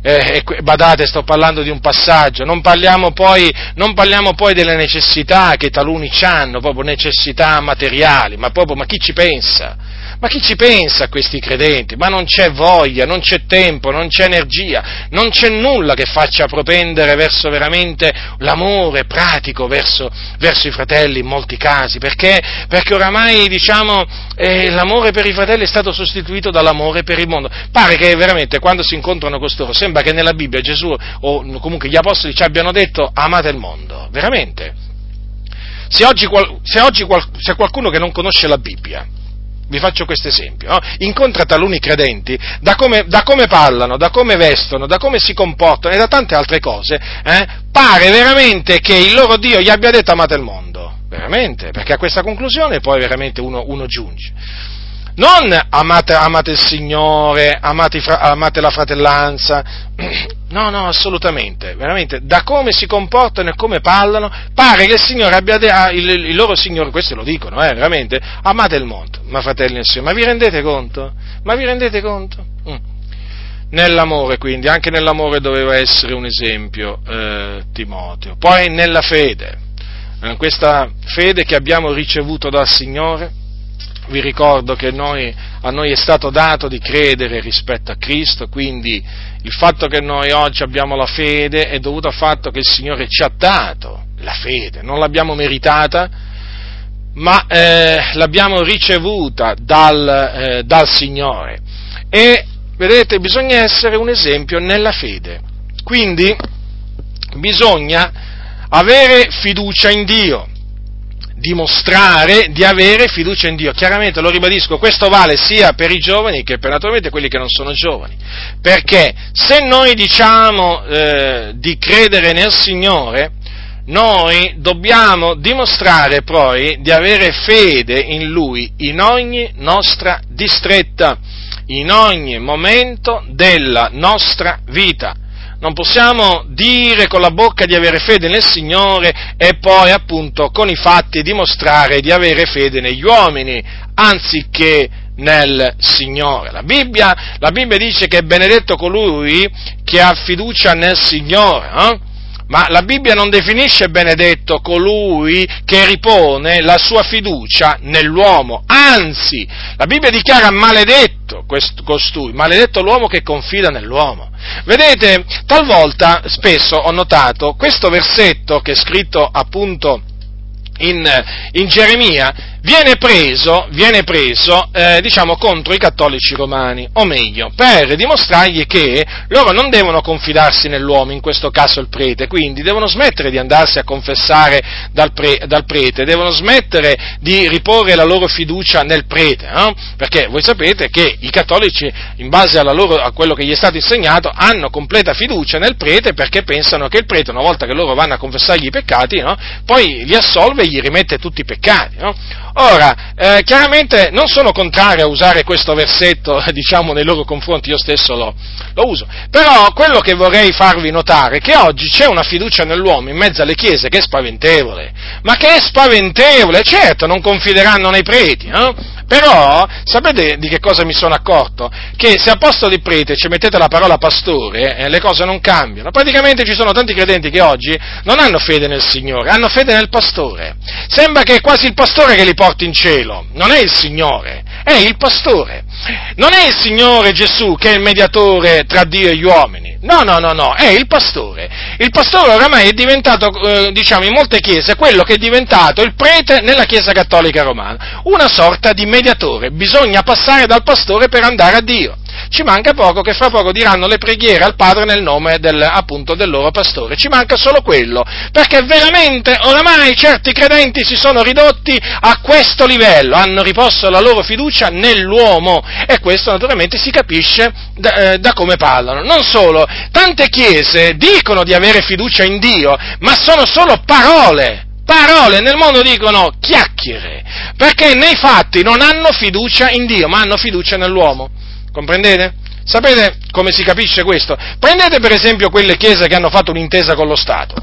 badate, sto parlando di un passaggio, non parliamo poi delle necessità che taluni hanno, proprio necessità materiali, ma chi ci pensa? Ma chi ci pensa a questi credenti? Ma non c'è voglia, non c'è tempo, non c'è energia, non c'è nulla che faccia propendere verso veramente l'amore pratico verso i fratelli in molti casi, perché oramai, l'amore per i fratelli è stato sostituito dall'amore per il mondo. Pare che veramente quando si incontrano costoro sembra che nella Bibbia Gesù o comunque gli apostoli ci abbiano detto amate il mondo, veramente. Se qualcuno che non conosce la Bibbia, vi faccio questo esempio, no? Incontra taluni credenti, da come parlano, da come vestono, da come si comportano e da tante altre cose, pare veramente che il loro Dio gli abbia detto amate il mondo, veramente, perché a questa conclusione poi veramente uno giunge. Non amate il Signore, amate la fratellanza, no, assolutamente, veramente, da come si comportano e come parlano, pare che il Signore il loro Signore, questo lo dicono, veramente, amate il mondo, ma fratelli nel Signore, ma vi rendete conto? Nell'amore, quindi, anche nell'amore doveva essere un esempio Timoteo, poi nella fede, questa fede che abbiamo ricevuto dal Signore. Vi ricordo che a noi è stato dato di credere rispetto a Cristo, quindi il fatto che noi oggi abbiamo la fede è dovuto al fatto che il Signore ci ha dato la fede, non l'abbiamo meritata, ma l'abbiamo ricevuta dal Signore. E vedete, bisogna essere un esempio nella fede, quindi bisogna avere fiducia in Dio, dimostrare di avere fiducia in Dio. Chiaramente, lo ribadisco, questo vale sia per i giovani che per naturalmente quelli che non sono giovani, perché se noi diciamo di credere nel Signore, noi dobbiamo dimostrare poi di avere fede in Lui in ogni nostra distretta, in ogni momento della nostra vita. Non possiamo dire con la bocca di avere fede nel Signore e poi appunto con i fatti dimostrare di avere fede negli uomini, anziché nel Signore. La Bibbia dice che è benedetto colui che ha fiducia nel Signore, ma la Bibbia non definisce benedetto colui che ripone la sua fiducia nell'uomo, anzi, la Bibbia dichiara maledetto costui, maledetto l'uomo che confida nell'uomo. Vedete, talvolta, spesso ho notato, questo versetto che è scritto appunto in Geremia viene preso contro i cattolici romani, o meglio, per dimostrargli che loro non devono confidarsi nell'uomo, in questo caso il prete, quindi devono smettere di andarsi a confessare dal prete, devono smettere di riporre la loro fiducia nel prete, no? Perché voi sapete che i cattolici, in base a quello che gli è stato insegnato, hanno completa fiducia nel prete perché pensano che il prete, una volta che loro vanno a confessargli i peccati, no? Poi li assolve e gli rimette tutti i peccati, no? Ora, chiaramente non sono contrario a usare questo versetto, nei loro confronti, io stesso lo uso, però quello che vorrei farvi notare è che oggi c'è una fiducia nell'uomo in mezzo alle chiese che è spaventevole, ma che è spaventevole, certo, non confideranno nei preti, però, sapete di che cosa mi sono accorto? Che se a posto di prete ci mettete la parola pastore, le cose non cambiano. Praticamente ci sono tanti credenti che oggi non hanno fede nel Signore, hanno fede nel pastore. Sembra che è quasi il pastore che li porti in cielo, non è il Signore, è il pastore. Non è il Signore Gesù che è il mediatore tra Dio e gli uomini. No, è il pastore. Il pastore oramai è diventato, in molte chiese, quello che è diventato il prete nella Chiesa Cattolica Romana, una sorta di mediatore. Bisogna passare dal pastore per andare a Dio. Ci manca poco che fra poco diranno le preghiere al Padre nel nome del loro pastore. Ci manca solo quello, perché veramente oramai certi credenti si sono ridotti a questo livello, hanno riposto la loro fiducia nell'uomo, e questo naturalmente si capisce da come parlano. Non solo, tante chiese dicono di avere fiducia in Dio, ma sono solo parole, nel mondo dicono chiacchiere, perché nei fatti non hanno fiducia in Dio, ma hanno fiducia nell'uomo. Comprendete? Sapete come si capisce questo? Prendete per esempio quelle chiese che hanno fatto un'intesa con lo Stato.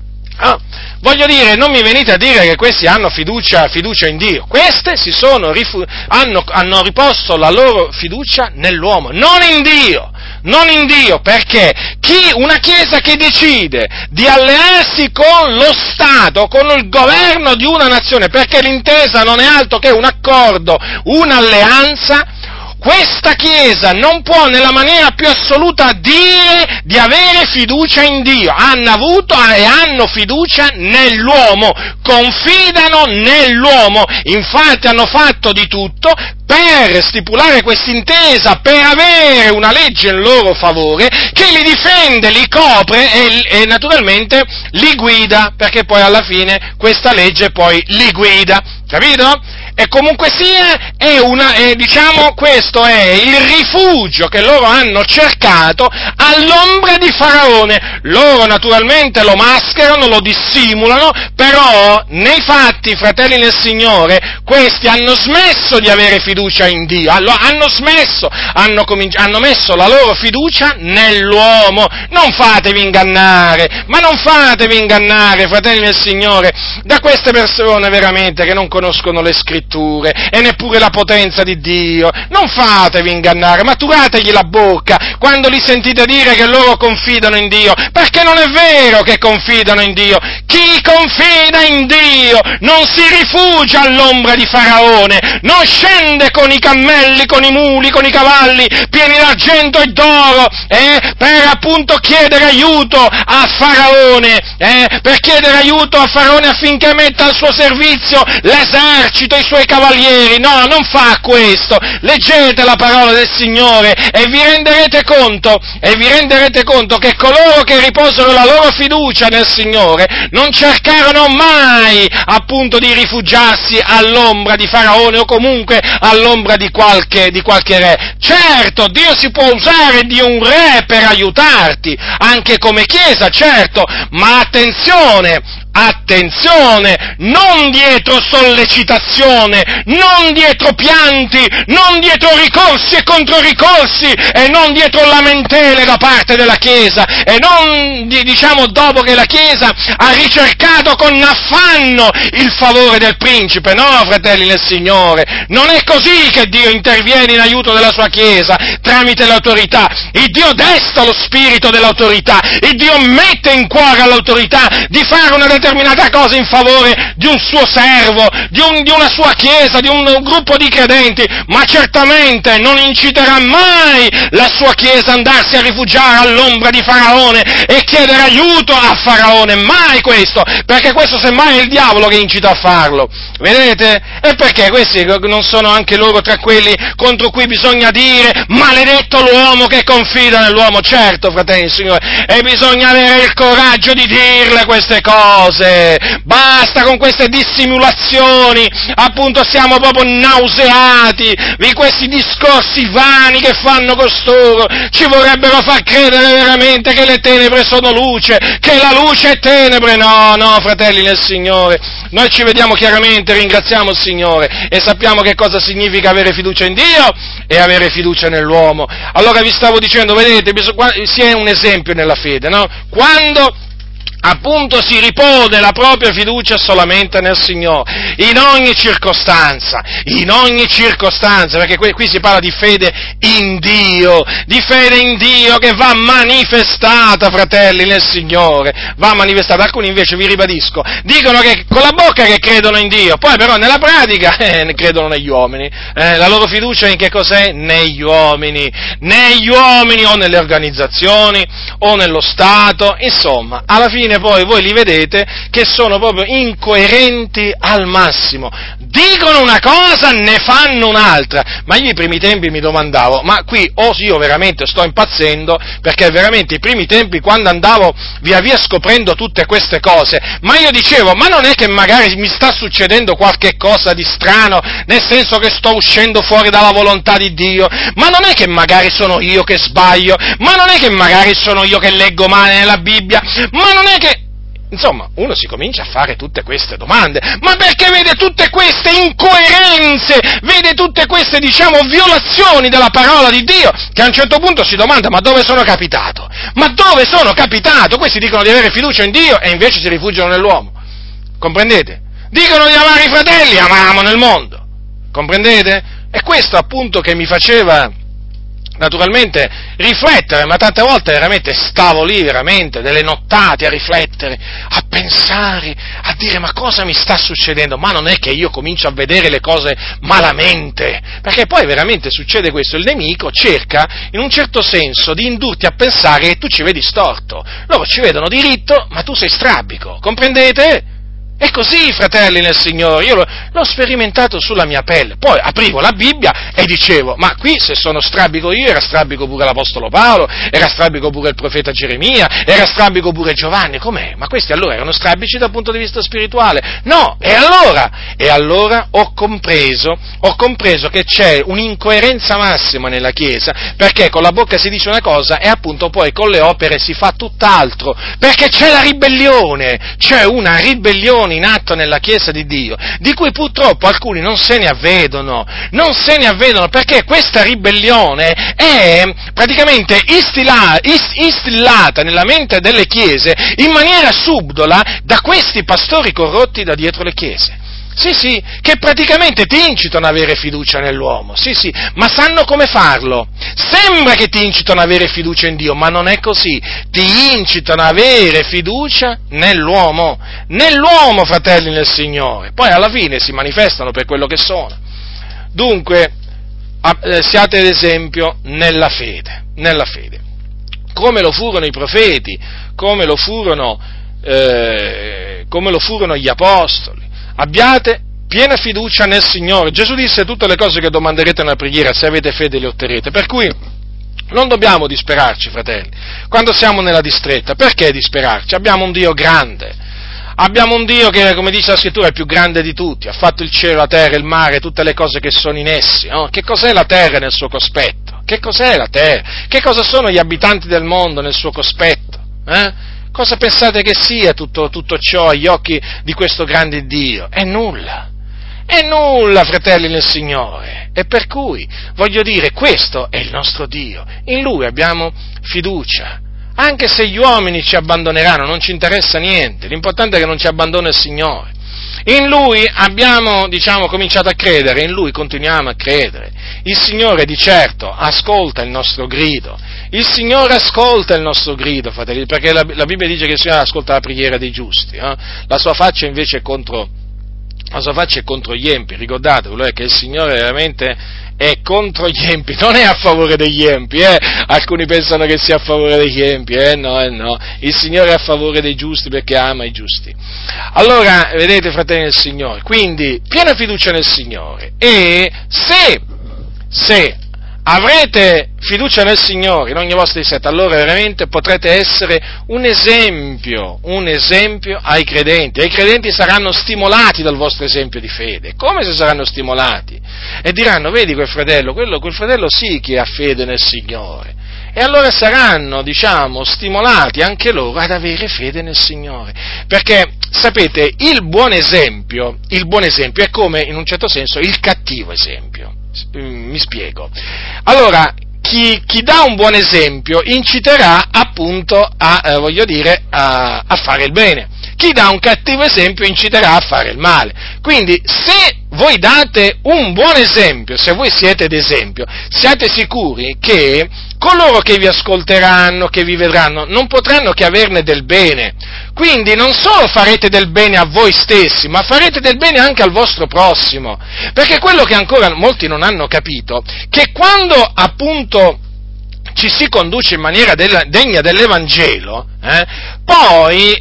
Voglio dire, non mi venite a dire che questi hanno fiducia in Dio. Queste hanno riposto la loro fiducia nell'uomo, non in Dio. non in Dio, perché una Chiesa che decide di allearsi con lo Stato, con il governo di una nazione, perché l'intesa non è altro che un accordo, un'alleanza, questa Chiesa non può nella maniera più assoluta dire di avere fiducia in Dio. Hanno avuto e hanno fiducia nell'uomo, confidano nell'uomo, infatti hanno fatto di tutto per stipulare quest'intesa, per avere una legge in loro favore che li difende, li copre e naturalmente li guida, perché poi alla fine questa legge poi li guida, capito? E comunque sia, questo è il rifugio che loro hanno cercato all'ombra di Faraone. Loro naturalmente lo mascherano, lo dissimulano, però nei fatti, fratelli nel Signore, questi hanno smesso di avere fiducia in Dio, hanno smesso, hanno messo la loro fiducia nell'uomo. Non fatevi ingannare, fratelli nel Signore, da queste persone veramente che non conoscono le Scritture e neppure la potenza di Dio. Non fatevi ingannare, maturategli la bocca quando li sentite dire che loro confidano in Dio, perché non è vero che confidano in Dio. Chi confida in Dio non si rifugia all'ombra di Faraone, non scende con i cammelli, con i muli, con i cavalli pieni d'argento e d'oro, per appunto chiedere aiuto a Faraone, per chiedere aiuto a Faraone affinché metta al suo servizio l'esercito, i suoi cavalieri. No, non fa questo. Leggete la parola del Signore e vi renderete conto che coloro che riposano la loro fiducia nel Signore non cercarono mai appunto di rifugiarsi all'ombra di Faraone o comunque all'ombra di qualche re. Certo, Dio si può usare di un re per aiutarti, anche come Chiesa, certo, ma attenzione, non dietro sollecitazione, non dietro pianti, non dietro ricorsi e controricorsi, e non dietro lamentele da parte della Chiesa, e non, dopo che la Chiesa ha ricercato con affanno il favore del principe. No, fratelli nel Signore, non è così che Dio interviene in aiuto della sua Chiesa, tramite l'autorità. Il Dio desta lo spirito dell'autorità, il Dio mette in cuore all'autorità di fare una determinata cosa in favore di un suo servo, di una sua Chiesa, di un gruppo di credenti, ma certamente non inciterà mai la sua Chiesa ad andarsi a rifugiare all'ombra di Faraone e chiedere aiuto a Faraone, mai questo, perché questo semmai è il diavolo che incita a farlo, vedete? E perché questi non sono anche loro tra quelli contro cui bisogna dire maledetto l'uomo che confida nell'uomo? Certo, fratelli del Signore, e bisogna avere il coraggio di dirle queste cose. Basta con queste dissimulazioni, appunto siamo proprio nauseati di questi discorsi vani che fanno costoro. Ci vorrebbero far credere veramente che le tenebre sono luce, che la luce è tenebre. No, fratelli nel Signore, noi ci vediamo chiaramente, ringraziamo il Signore e sappiamo che cosa significa avere fiducia in Dio e avere fiducia nell'uomo. Allora vi stavo dicendo, vedete, si è un esempio nella fede, no? Quando appunto si ripone la propria fiducia solamente nel Signore, in ogni circostanza, perché qui si parla di fede in Dio che va manifestata, fratelli, nel Signore, va manifestata. Alcuni invece, vi ribadisco, dicono che con la bocca che credono in Dio, poi però nella pratica ne credono negli uomini, la loro fiducia in che cos'è? Negli uomini o nelle organizzazioni o nello Stato, insomma, alla fine poi voi li vedete che sono proprio incoerenti al massimo, dicono una cosa, ne fanno un'altra. Ma io i primi tempi mi domandavo, ma qui o io veramente sto impazzendo, perché veramente i primi tempi, quando andavo via via scoprendo tutte queste cose, ma io dicevo, ma non è che magari mi sta succedendo qualche cosa di strano, nel senso che sto uscendo fuori dalla volontà di Dio, ma non è che magari sono io che sbaglio, ma non è che magari sono io che leggo male nella Bibbia, ma non è che... Insomma, uno si comincia a fare tutte queste domande, ma perché vede tutte queste incoerenze, vede tutte queste, violazioni della parola di Dio, che a un certo punto si domanda, ma dove sono capitato? Ma dove sono capitato? Questi dicono di avere fiducia in Dio e invece si rifugiano nell'uomo, comprendete? Dicono di amare i fratelli, amavamo nel mondo, comprendete? E questo appunto che mi faceva naturalmente riflettere, ma tante volte veramente stavo lì veramente delle nottate a riflettere, a pensare, a dire ma cosa mi sta succedendo? Ma non è che io comincio a vedere le cose malamente, perché poi veramente succede questo, il nemico cerca in un certo senso di indurti a pensare che tu ci vedi storto, loro ci vedono diritto ma tu sei strabico, comprendete? È così, fratelli nel Signore, io l'ho sperimentato sulla mia pelle, poi aprivo la Bibbia e dicevo, ma qui se sono strabico io, era strabico pure l'Apostolo Paolo, era strabico pure il profeta Geremia, era strabico pure Giovanni, com'è? Ma questi allora erano strabici dal punto di vista spirituale? No, e allora ho compreso che c'è un'incoerenza massima nella Chiesa, perché con la bocca si dice una cosa e appunto poi con le opere si fa tutt'altro, perché c'è la ribellione, c'è una ribellione in atto nella Chiesa di Dio, di cui purtroppo alcuni non se ne avvedono, perché questa ribellione è praticamente instillata nella mente delle Chiese in maniera subdola da questi pastori corrotti da dietro le Chiese. Sì, che praticamente ti incitano ad avere fiducia nell'uomo, sì, ma sanno come farlo. Sembra che ti incitano ad avere fiducia in Dio, ma non è così. Ti incitano ad avere fiducia nell'uomo, fratelli nel Signore. Poi alla fine si manifestano per quello che sono. Dunque, siate ad esempio nella fede. Come lo furono i profeti, come lo furono gli apostoli. Abbiate piena fiducia nel Signore. Gesù disse: tutte le cose che domanderete nella preghiera, se avete fede le otterrete. Per cui non dobbiamo disperarci, fratelli, quando siamo nella distretta. Perché disperarci? Abbiamo un Dio grande. Abbiamo un Dio che, come dice la Scrittura, è il più grande di tutti. Ha fatto il cielo, la terra, il mare, tutte le cose che sono in essi. No? Che cos'è la terra nel suo cospetto? Che cos'è la terra? Che cosa sono gli abitanti del mondo nel suo cospetto? Cosa pensate che sia tutto ciò agli occhi di questo grande Dio? È nulla, fratelli nel Signore. E per cui, voglio dire, questo è il nostro Dio, in Lui abbiamo fiducia. Anche se gli uomini ci abbandoneranno, non ci interessa niente, l'importante è che non ci abbandoni il Signore. In Lui abbiamo, cominciato a credere, in Lui continuiamo a credere. Il Signore di certo ascolta il nostro grido. Il Signore ascolta il nostro grido, fratelli, perché la Bibbia dice che il Signore ascolta la preghiera dei giusti. La sua faccia invece è contro gli empi. Ricordatevi che il Signore veramente è contro gli empi, non è a favore degli empi. Alcuni pensano che sia a favore degli empi, no. Il Signore è a favore dei giusti perché ama i giusti. Allora, vedete, fratelli del Signore, quindi piena fiducia nel Signore, e se avrete fiducia nel Signore in ogni vostra distretta, allora veramente potrete essere un esempio ai credenti. E i credenti saranno stimolati dal vostro esempio di fede. Come se saranno stimolati? E diranno: vedi quel fratello sì che ha fede nel Signore. E allora saranno, stimolati anche loro ad avere fede nel Signore. Perché, sapete, il buon esempio è come, in un certo senso, il cattivo esempio. Mi spiego. Allora, chi dà un buon esempio inciterà appunto a fare il bene. Chi dà un cattivo esempio inciterà a fare il male. Quindi, se voi date un buon esempio, se voi siete d'esempio, siate sicuri che coloro che vi ascolteranno, che vi vedranno, non potranno che averne del bene. Quindi non solo farete del bene a voi stessi, ma farete del bene anche al vostro prossimo. Perché quello che ancora molti non hanno capito, che quando appunto ci si conduce in maniera degna dell'Evangelo, poi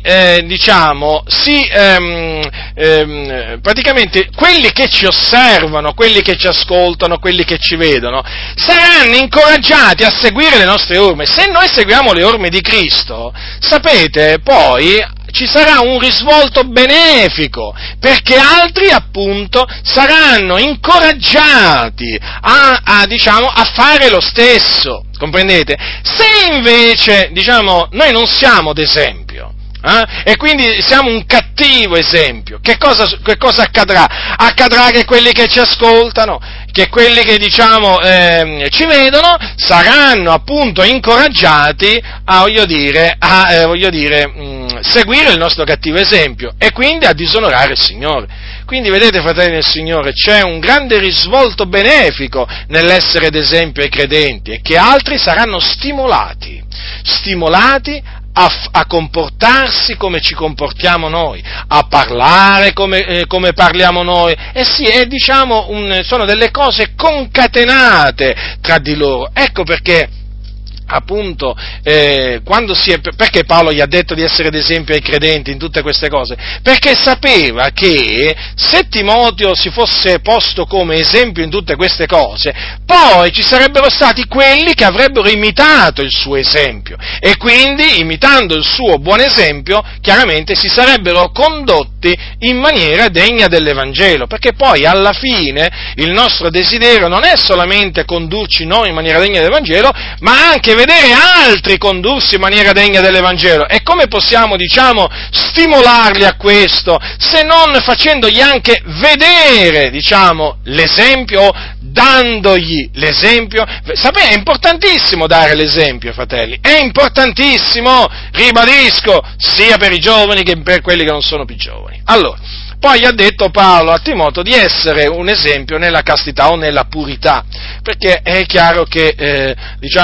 praticamente quelli che ci osservano, quelli che ci ascoltano, quelli che ci vedono, saranno incoraggiati a seguire le nostre orme. Se noi seguiamo le orme di Cristo, sapete, poi ci sarà un risvolto benefico, perché altri appunto saranno incoraggiati a fare lo stesso, comprendete? Se invece, noi non siamo d'esempio, e quindi siamo un cattivo esempio, che cosa accadrà? Accadrà che quelli che ci ascoltano, che quelli che ci vedono, saranno appunto incoraggiati a seguire il nostro cattivo esempio e quindi a disonorare il Signore. Quindi vedete, fratelli del Signore, c'è un grande risvolto benefico nell'essere d'esempio ai credenti e che altri saranno stimolati a comportarsi come ci comportiamo noi, a parlare come parliamo noi, sono delle cose concatenate tra di loro. Ecco perché appunto, perché Paolo gli ha detto di essere d'esempio ai credenti in tutte queste cose? Perché sapeva che se Timoteo si fosse posto come esempio in tutte queste cose, poi ci sarebbero stati quelli che avrebbero imitato il suo esempio e quindi, imitando il suo buon esempio, chiaramente si sarebbero condotti in maniera degna dell'Evangelo, perché poi alla fine il nostro desiderio non è solamente condurci noi in maniera degna dell'Evangelo, ma anche vedere altri condursi in maniera degna dell'Evangelo. E come possiamo, stimolarli a questo, se non facendogli anche vedere, l'esempio, dandogli l'esempio? Sapete, è importantissimo dare l'esempio, fratelli, è importantissimo, ribadisco, sia per i giovani che per quelli che non sono più giovani. Allora, poi ha detto Paolo a Timoteo di essere un esempio nella castità o nella purità, perché è chiaro che,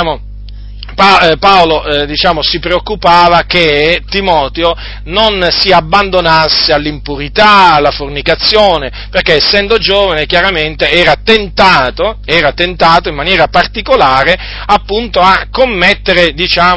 Paolo si preoccupava che Timoteo non si abbandonasse all'impurità, alla fornicazione, perché essendo giovane chiaramente era tentato in maniera particolare appunto a commettere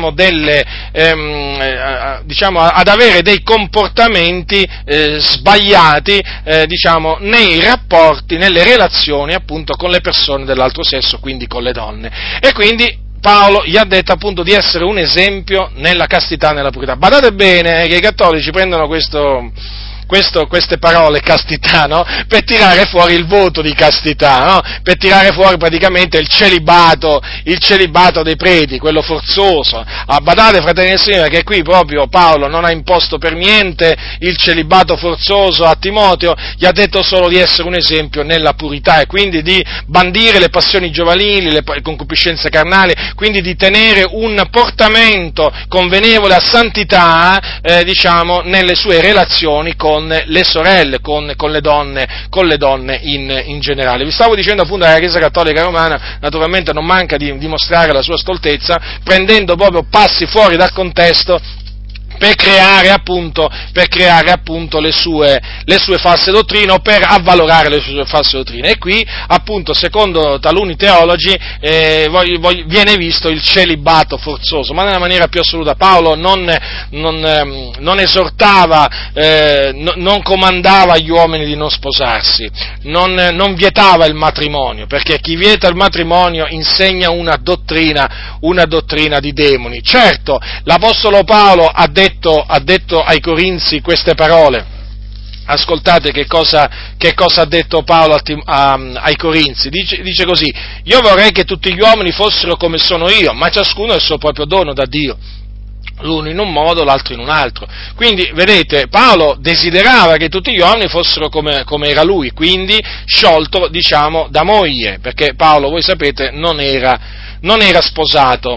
ad avere dei comportamenti sbagliati nei rapporti, nelle relazioni appunto con le persone dell'altro sesso, quindi con le donne. E quindi Paolo gli ha detto appunto di essere un esempio nella castità e nella purità. Badate bene che i cattolici prendono queste parole castità, no? Per tirare fuori il voto di castità, no? Per tirare fuori praticamente il celibato dei preti, quello forzoso. Badate, fratelli del Signore, che qui proprio Paolo non ha imposto per niente il celibato forzoso a Timoteo, gli ha detto solo di essere un esempio nella purità e quindi di bandire le passioni giovanili, le concupiscenze carnali, quindi di tenere un portamento convenevole a santità, nelle sue relazioni con le sorelle, con le donne in generale. Vi stavo dicendo appunto che la Chiesa Cattolica Romana naturalmente non manca di dimostrare la sua stoltezza, prendendo proprio passi fuori dal contesto per creare appunto le sue false dottrine o per avvalorare le sue false dottrine. E qui appunto secondo taluni teologi viene visto il celibato forzoso, ma nella maniera più assoluta. Paolo non esortava, non comandava agli uomini di non sposarsi, non vietava il matrimonio, perché chi vieta il matrimonio insegna una dottrina di demoni. Certo, l'Apostolo Paolo ha detto ai Corinzi queste parole. Ascoltate che cosa ha detto Paolo ai Corinzi. Dice così: io vorrei che tutti gli uomini fossero come sono io, ma ciascuno ha il suo proprio dono da Dio, l'uno in un modo, l'altro in un altro. Quindi, vedete, Paolo desiderava che tutti gli uomini fossero come era lui, quindi sciolto, da moglie, perché Paolo, voi sapete, non era sposato.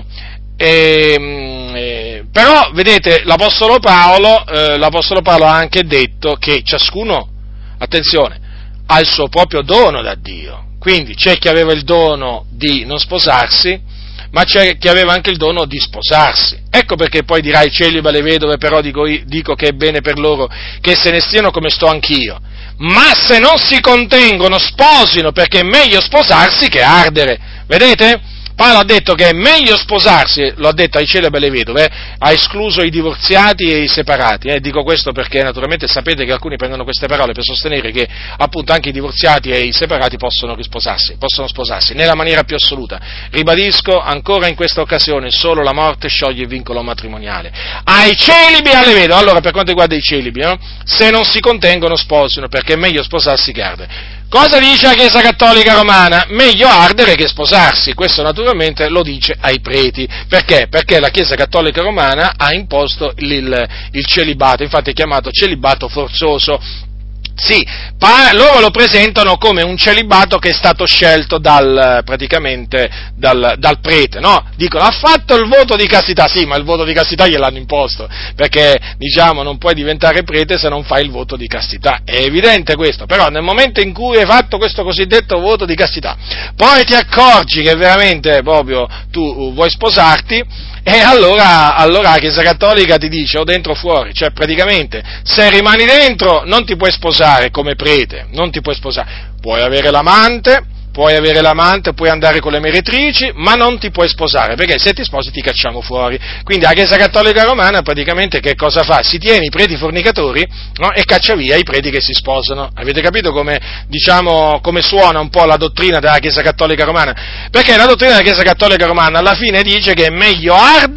Però, vedete, l'Apostolo Paolo ha anche detto che ciascuno, attenzione, ha il suo proprio dono da Dio. Quindi c'è chi aveva il dono di non sposarsi, ma c'è chi aveva anche il dono di sposarsi. Ecco perché poi dirà ai celibi, alle vedove, però dico che è bene per loro che se ne stiano come sto anch'io. Ma se non si contengono, sposino, perché è meglio sposarsi che ardere. Vedete? Paolo ha detto che è meglio sposarsi, lo ha detto ai celibi e alle vedove, ha escluso i divorziati e i separati. Dico questo perché naturalmente sapete che alcuni prendono queste parole per sostenere che appunto anche i divorziati e i separati possono sposarsi nella maniera più assoluta. Ribadisco ancora in questa occasione, solo la morte scioglie il vincolo matrimoniale. Ai celibi e alle vedove, allora per quanto riguarda i celibi, se non si contengono sposino, perché è meglio sposarsi che ardere. Cosa dice la Chiesa Cattolica Romana? Meglio ardere che sposarsi. Questo naturalmente lo dice ai preti. Perché? Perché la Chiesa Cattolica Romana ha imposto il celibato, infatti è chiamato celibato forzoso. Sì, loro lo presentano come un celibato che è stato scelto praticamente dal prete, no? Dicono, ha fatto il voto di castità, sì, ma il voto di castità gliel'hanno imposto, perché, non puoi diventare prete se non fai il voto di castità, è evidente questo, però nel momento in cui hai fatto questo cosiddetto voto di castità, poi ti accorgi che veramente proprio tu vuoi sposarti, e allora la Chiesa Cattolica ti dice o dentro o fuori, cioè praticamente se rimani dentro non ti puoi sposare come prete, non ti puoi sposare, puoi avere l'amante, puoi andare con le meretrici, ma non ti puoi sposare, perché se ti sposi ti cacciamo fuori. Quindi la Chiesa Cattolica Romana praticamente che cosa fa? Si tiene i preti fornicatori, no? E caccia via i preti che si sposano. Avete capito come suona un po' la dottrina della Chiesa Cattolica Romana? Perché la dottrina della Chiesa Cattolica Romana alla fine dice che è meglio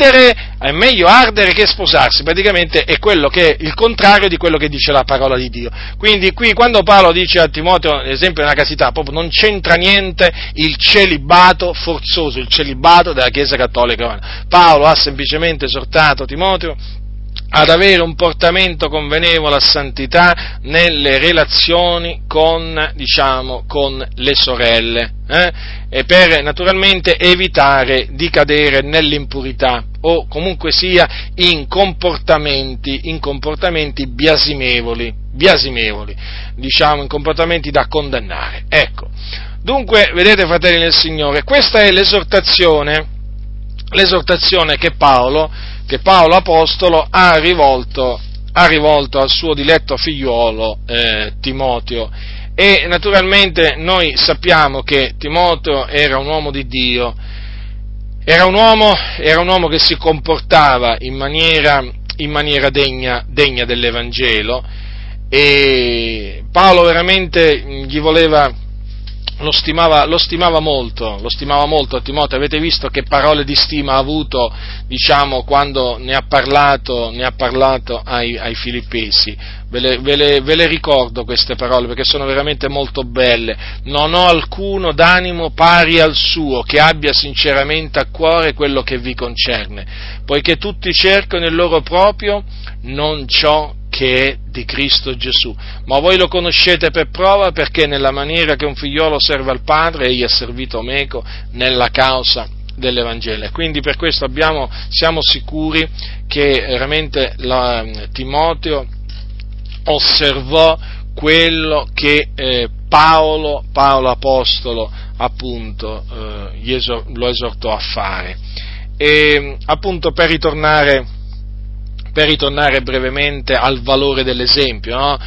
ardere che sposarsi, praticamente è il contrario di quello che dice la parola di Dio. Quindi qui quando Paolo dice a Timoteo, ad esempio nella castità, proprio non c'entra niente il celibato forzoso, il celibato della Chiesa Cattolica Romana. Paolo ha semplicemente esortato Timoteo ad avere un portamento convenevole a santità nelle relazioni con le sorelle, e per naturalmente evitare di cadere nell'impurità o comunque sia in comportamenti biasimevoli, in comportamenti da condannare. Ecco. Dunque, vedete, fratelli nel Signore, questa è l'esortazione che Paolo Apostolo ha rivolto al suo diletto figliuolo Timoteo. E naturalmente noi sappiamo che Timoteo era un uomo di Dio, era un uomo che si comportava in maniera degna dell'Evangelo, e Paolo veramente lo stimava molto a Timoteo. Avete visto che parole di stima ha avuto, quando ne ha parlato ai Filippesi. Ve le ricordo queste parole, perché sono veramente molto belle. Non ho alcuno d'animo pari al suo, che abbia sinceramente a cuore quello che vi concerne, poiché tutti cercano il loro proprio, non ciò che è di Cristo Gesù, ma voi lo conoscete per prova, perché nella maniera che un figliolo serve al padre, egli ha servito meco nella causa dell'Evangelo. E quindi per questo siamo sicuri che veramente Timoteo osservò quello che Paolo Apostolo appunto lo esortò a fare. E appunto per ritornare brevemente al valore dell'esempio, no?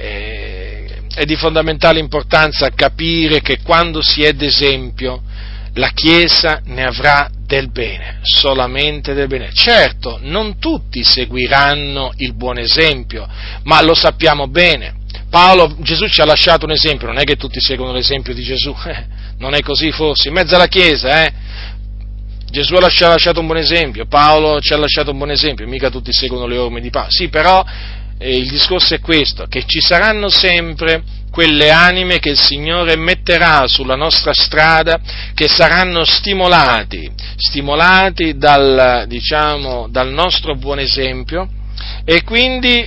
È di fondamentale importanza capire che quando si è d'esempio la Chiesa ne avrà del bene, solamente del bene. Certo, non tutti seguiranno il buon esempio, ma lo sappiamo bene. Gesù ci ha lasciato un esempio, non è che tutti seguono l'esempio di Gesù, non è così forse, in mezzo alla Chiesa, Gesù ci ha lasciato un buon esempio, Paolo ci ha lasciato un buon esempio, mica tutti seguono le orme di Paolo. Sì, però il discorso è questo, che ci saranno sempre quelle anime che il Signore metterà sulla nostra strada, che saranno stimolati dal nostro buon esempio, e quindi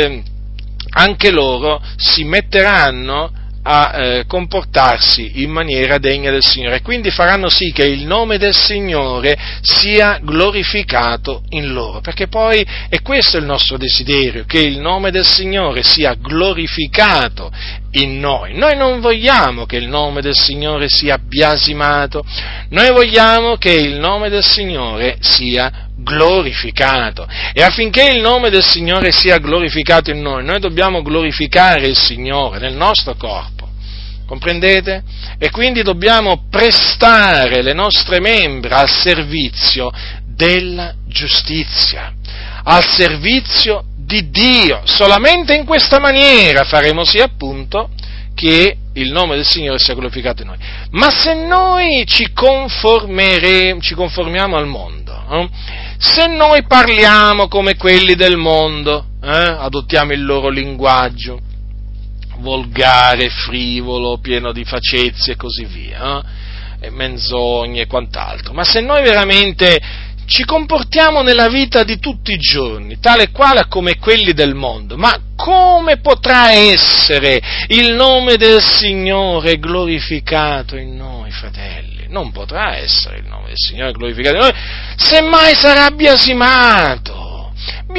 anche loro si metteranno a comportarsi in maniera degna del Signore, e quindi faranno sì che il nome del Signore sia glorificato in loro, perché poi è questo il nostro desiderio, che il nome del Signore sia glorificato in noi. Noi non vogliamo che il nome del Signore sia biasimato, noi vogliamo che il nome del Signore sia glorificato, e affinché il nome del Signore sia glorificato in noi dobbiamo glorificare il Signore nel nostro corpo. Comprendete? E quindi dobbiamo prestare le nostre membra al servizio della giustizia, al servizio di Dio. Solamente in questa maniera faremo sì, appunto, che il nome del Signore sia glorificato in noi. Ma se noi ci conformiamo al mondo, se noi parliamo come quelli del mondo, adottiamo il loro linguaggio volgare, frivolo, pieno di facezie e così via, e menzogne e quant'altro, ma se noi veramente ci comportiamo nella vita di tutti i giorni, tale e quale come quelli del mondo, ma come potrà essere il nome del Signore glorificato in noi, fratelli? Non potrà essere il nome del Signore glorificato in noi, semmai sarà biasimato,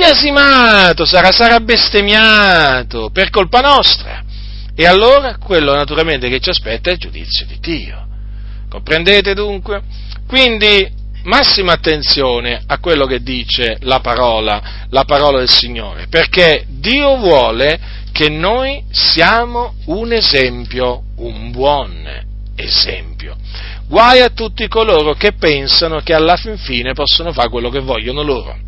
sarà bestemmiato per colpa nostra. E allora quello naturalmente che ci aspetta è il giudizio di Dio. Comprendete dunque? Quindi massima attenzione a quello che dice la parola del Signore, perché Dio vuole che noi siamo un esempio, un buon esempio. Guai a tutti coloro che pensano che alla fin fine possono fare quello che vogliono loro.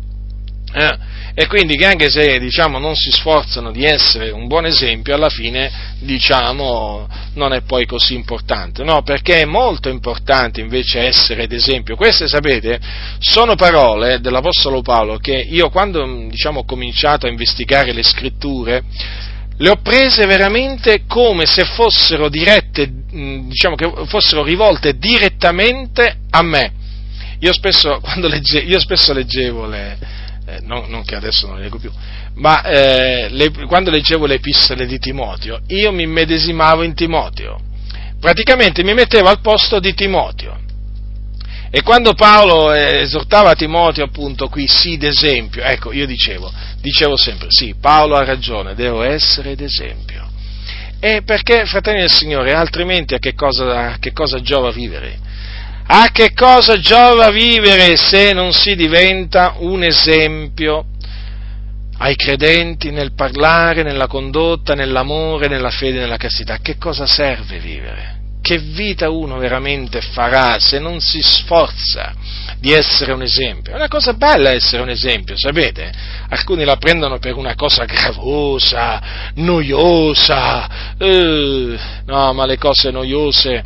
E quindi che anche se non si sforzano di essere un buon esempio, alla fine non è poi così importante, no? Perché è molto importante invece essere d'esempio. Queste, sapete, sono parole dell'Apostolo Paolo che io quando ho cominciato a investigare le Scritture le ho prese veramente come se fossero dirette, che fossero rivolte direttamente a me. Io spesso leggevo non che adesso non le leggo più, ma quando leggevo le epistole di Timoteo, io mi immedesimavo in Timoteo, praticamente mi mettevo al posto di Timoteo, e quando Paolo esortava Timoteo appunto qui, sì d'esempio, ecco, io dicevo sempre, sì, Paolo ha ragione, devo essere d'esempio, e perché, fratelli del Signore, altrimenti a che cosa giova vivere? A che cosa giova vivere se non si diventa un esempio ai credenti nel parlare, nella condotta, nell'amore, nella fede, nella castità? A che cosa serve vivere? Che vita uno veramente farà se non si sforza di essere un esempio? È una cosa bella essere un esempio, sapete? Alcuni la prendono per una cosa gravosa, noiosa, no, ma le cose noiose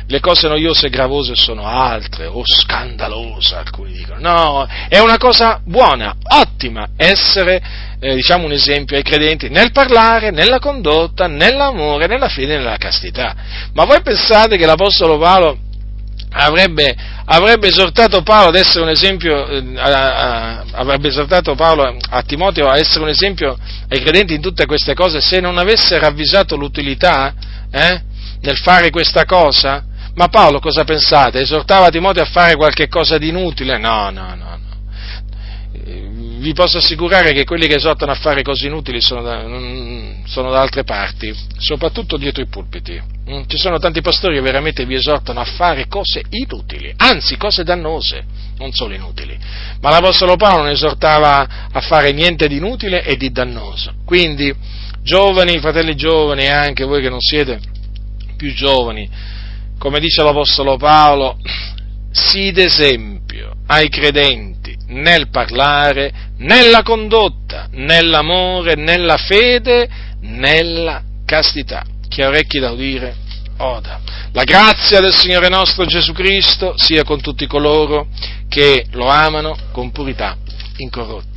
e gravose sono altre, o scandalosa, alcuni dicono. No, è una cosa buona, ottima, essere, un esempio ai credenti nel parlare, nella condotta, nell'amore, nella fede e nella castità. Ma voi pensate che l'Apostolo Paolo avrebbe esortato Paolo ad essere un esempio, avrebbe esortato Paolo a Timoteo a essere un esempio ai credenti in tutte queste cose se non avesse ravvisato l'utilità nel fare questa cosa? Ma Paolo cosa pensate? Esortava Timoteo a fare qualche cosa di inutile? No. Vi posso assicurare che quelli che esortano a fare cose inutili sono da altre parti, soprattutto dietro i pulpiti. Ci sono tanti pastori che veramente vi esortano a fare cose inutili, anzi cose dannose, non solo inutili. Ma l'Apostolo Paolo non esortava a fare niente di inutile e di dannoso. Quindi, giovani, fratelli giovani, e anche voi che non siete più giovani, come dice l'Apostolo Paolo, sii d'esempio ai credenti nel parlare, nella condotta, nell'amore, nella fede, nella castità. Chi ha orecchi da udire, oda. La grazia del Signore nostro Gesù Cristo sia con tutti coloro che lo amano con purità incorrotta.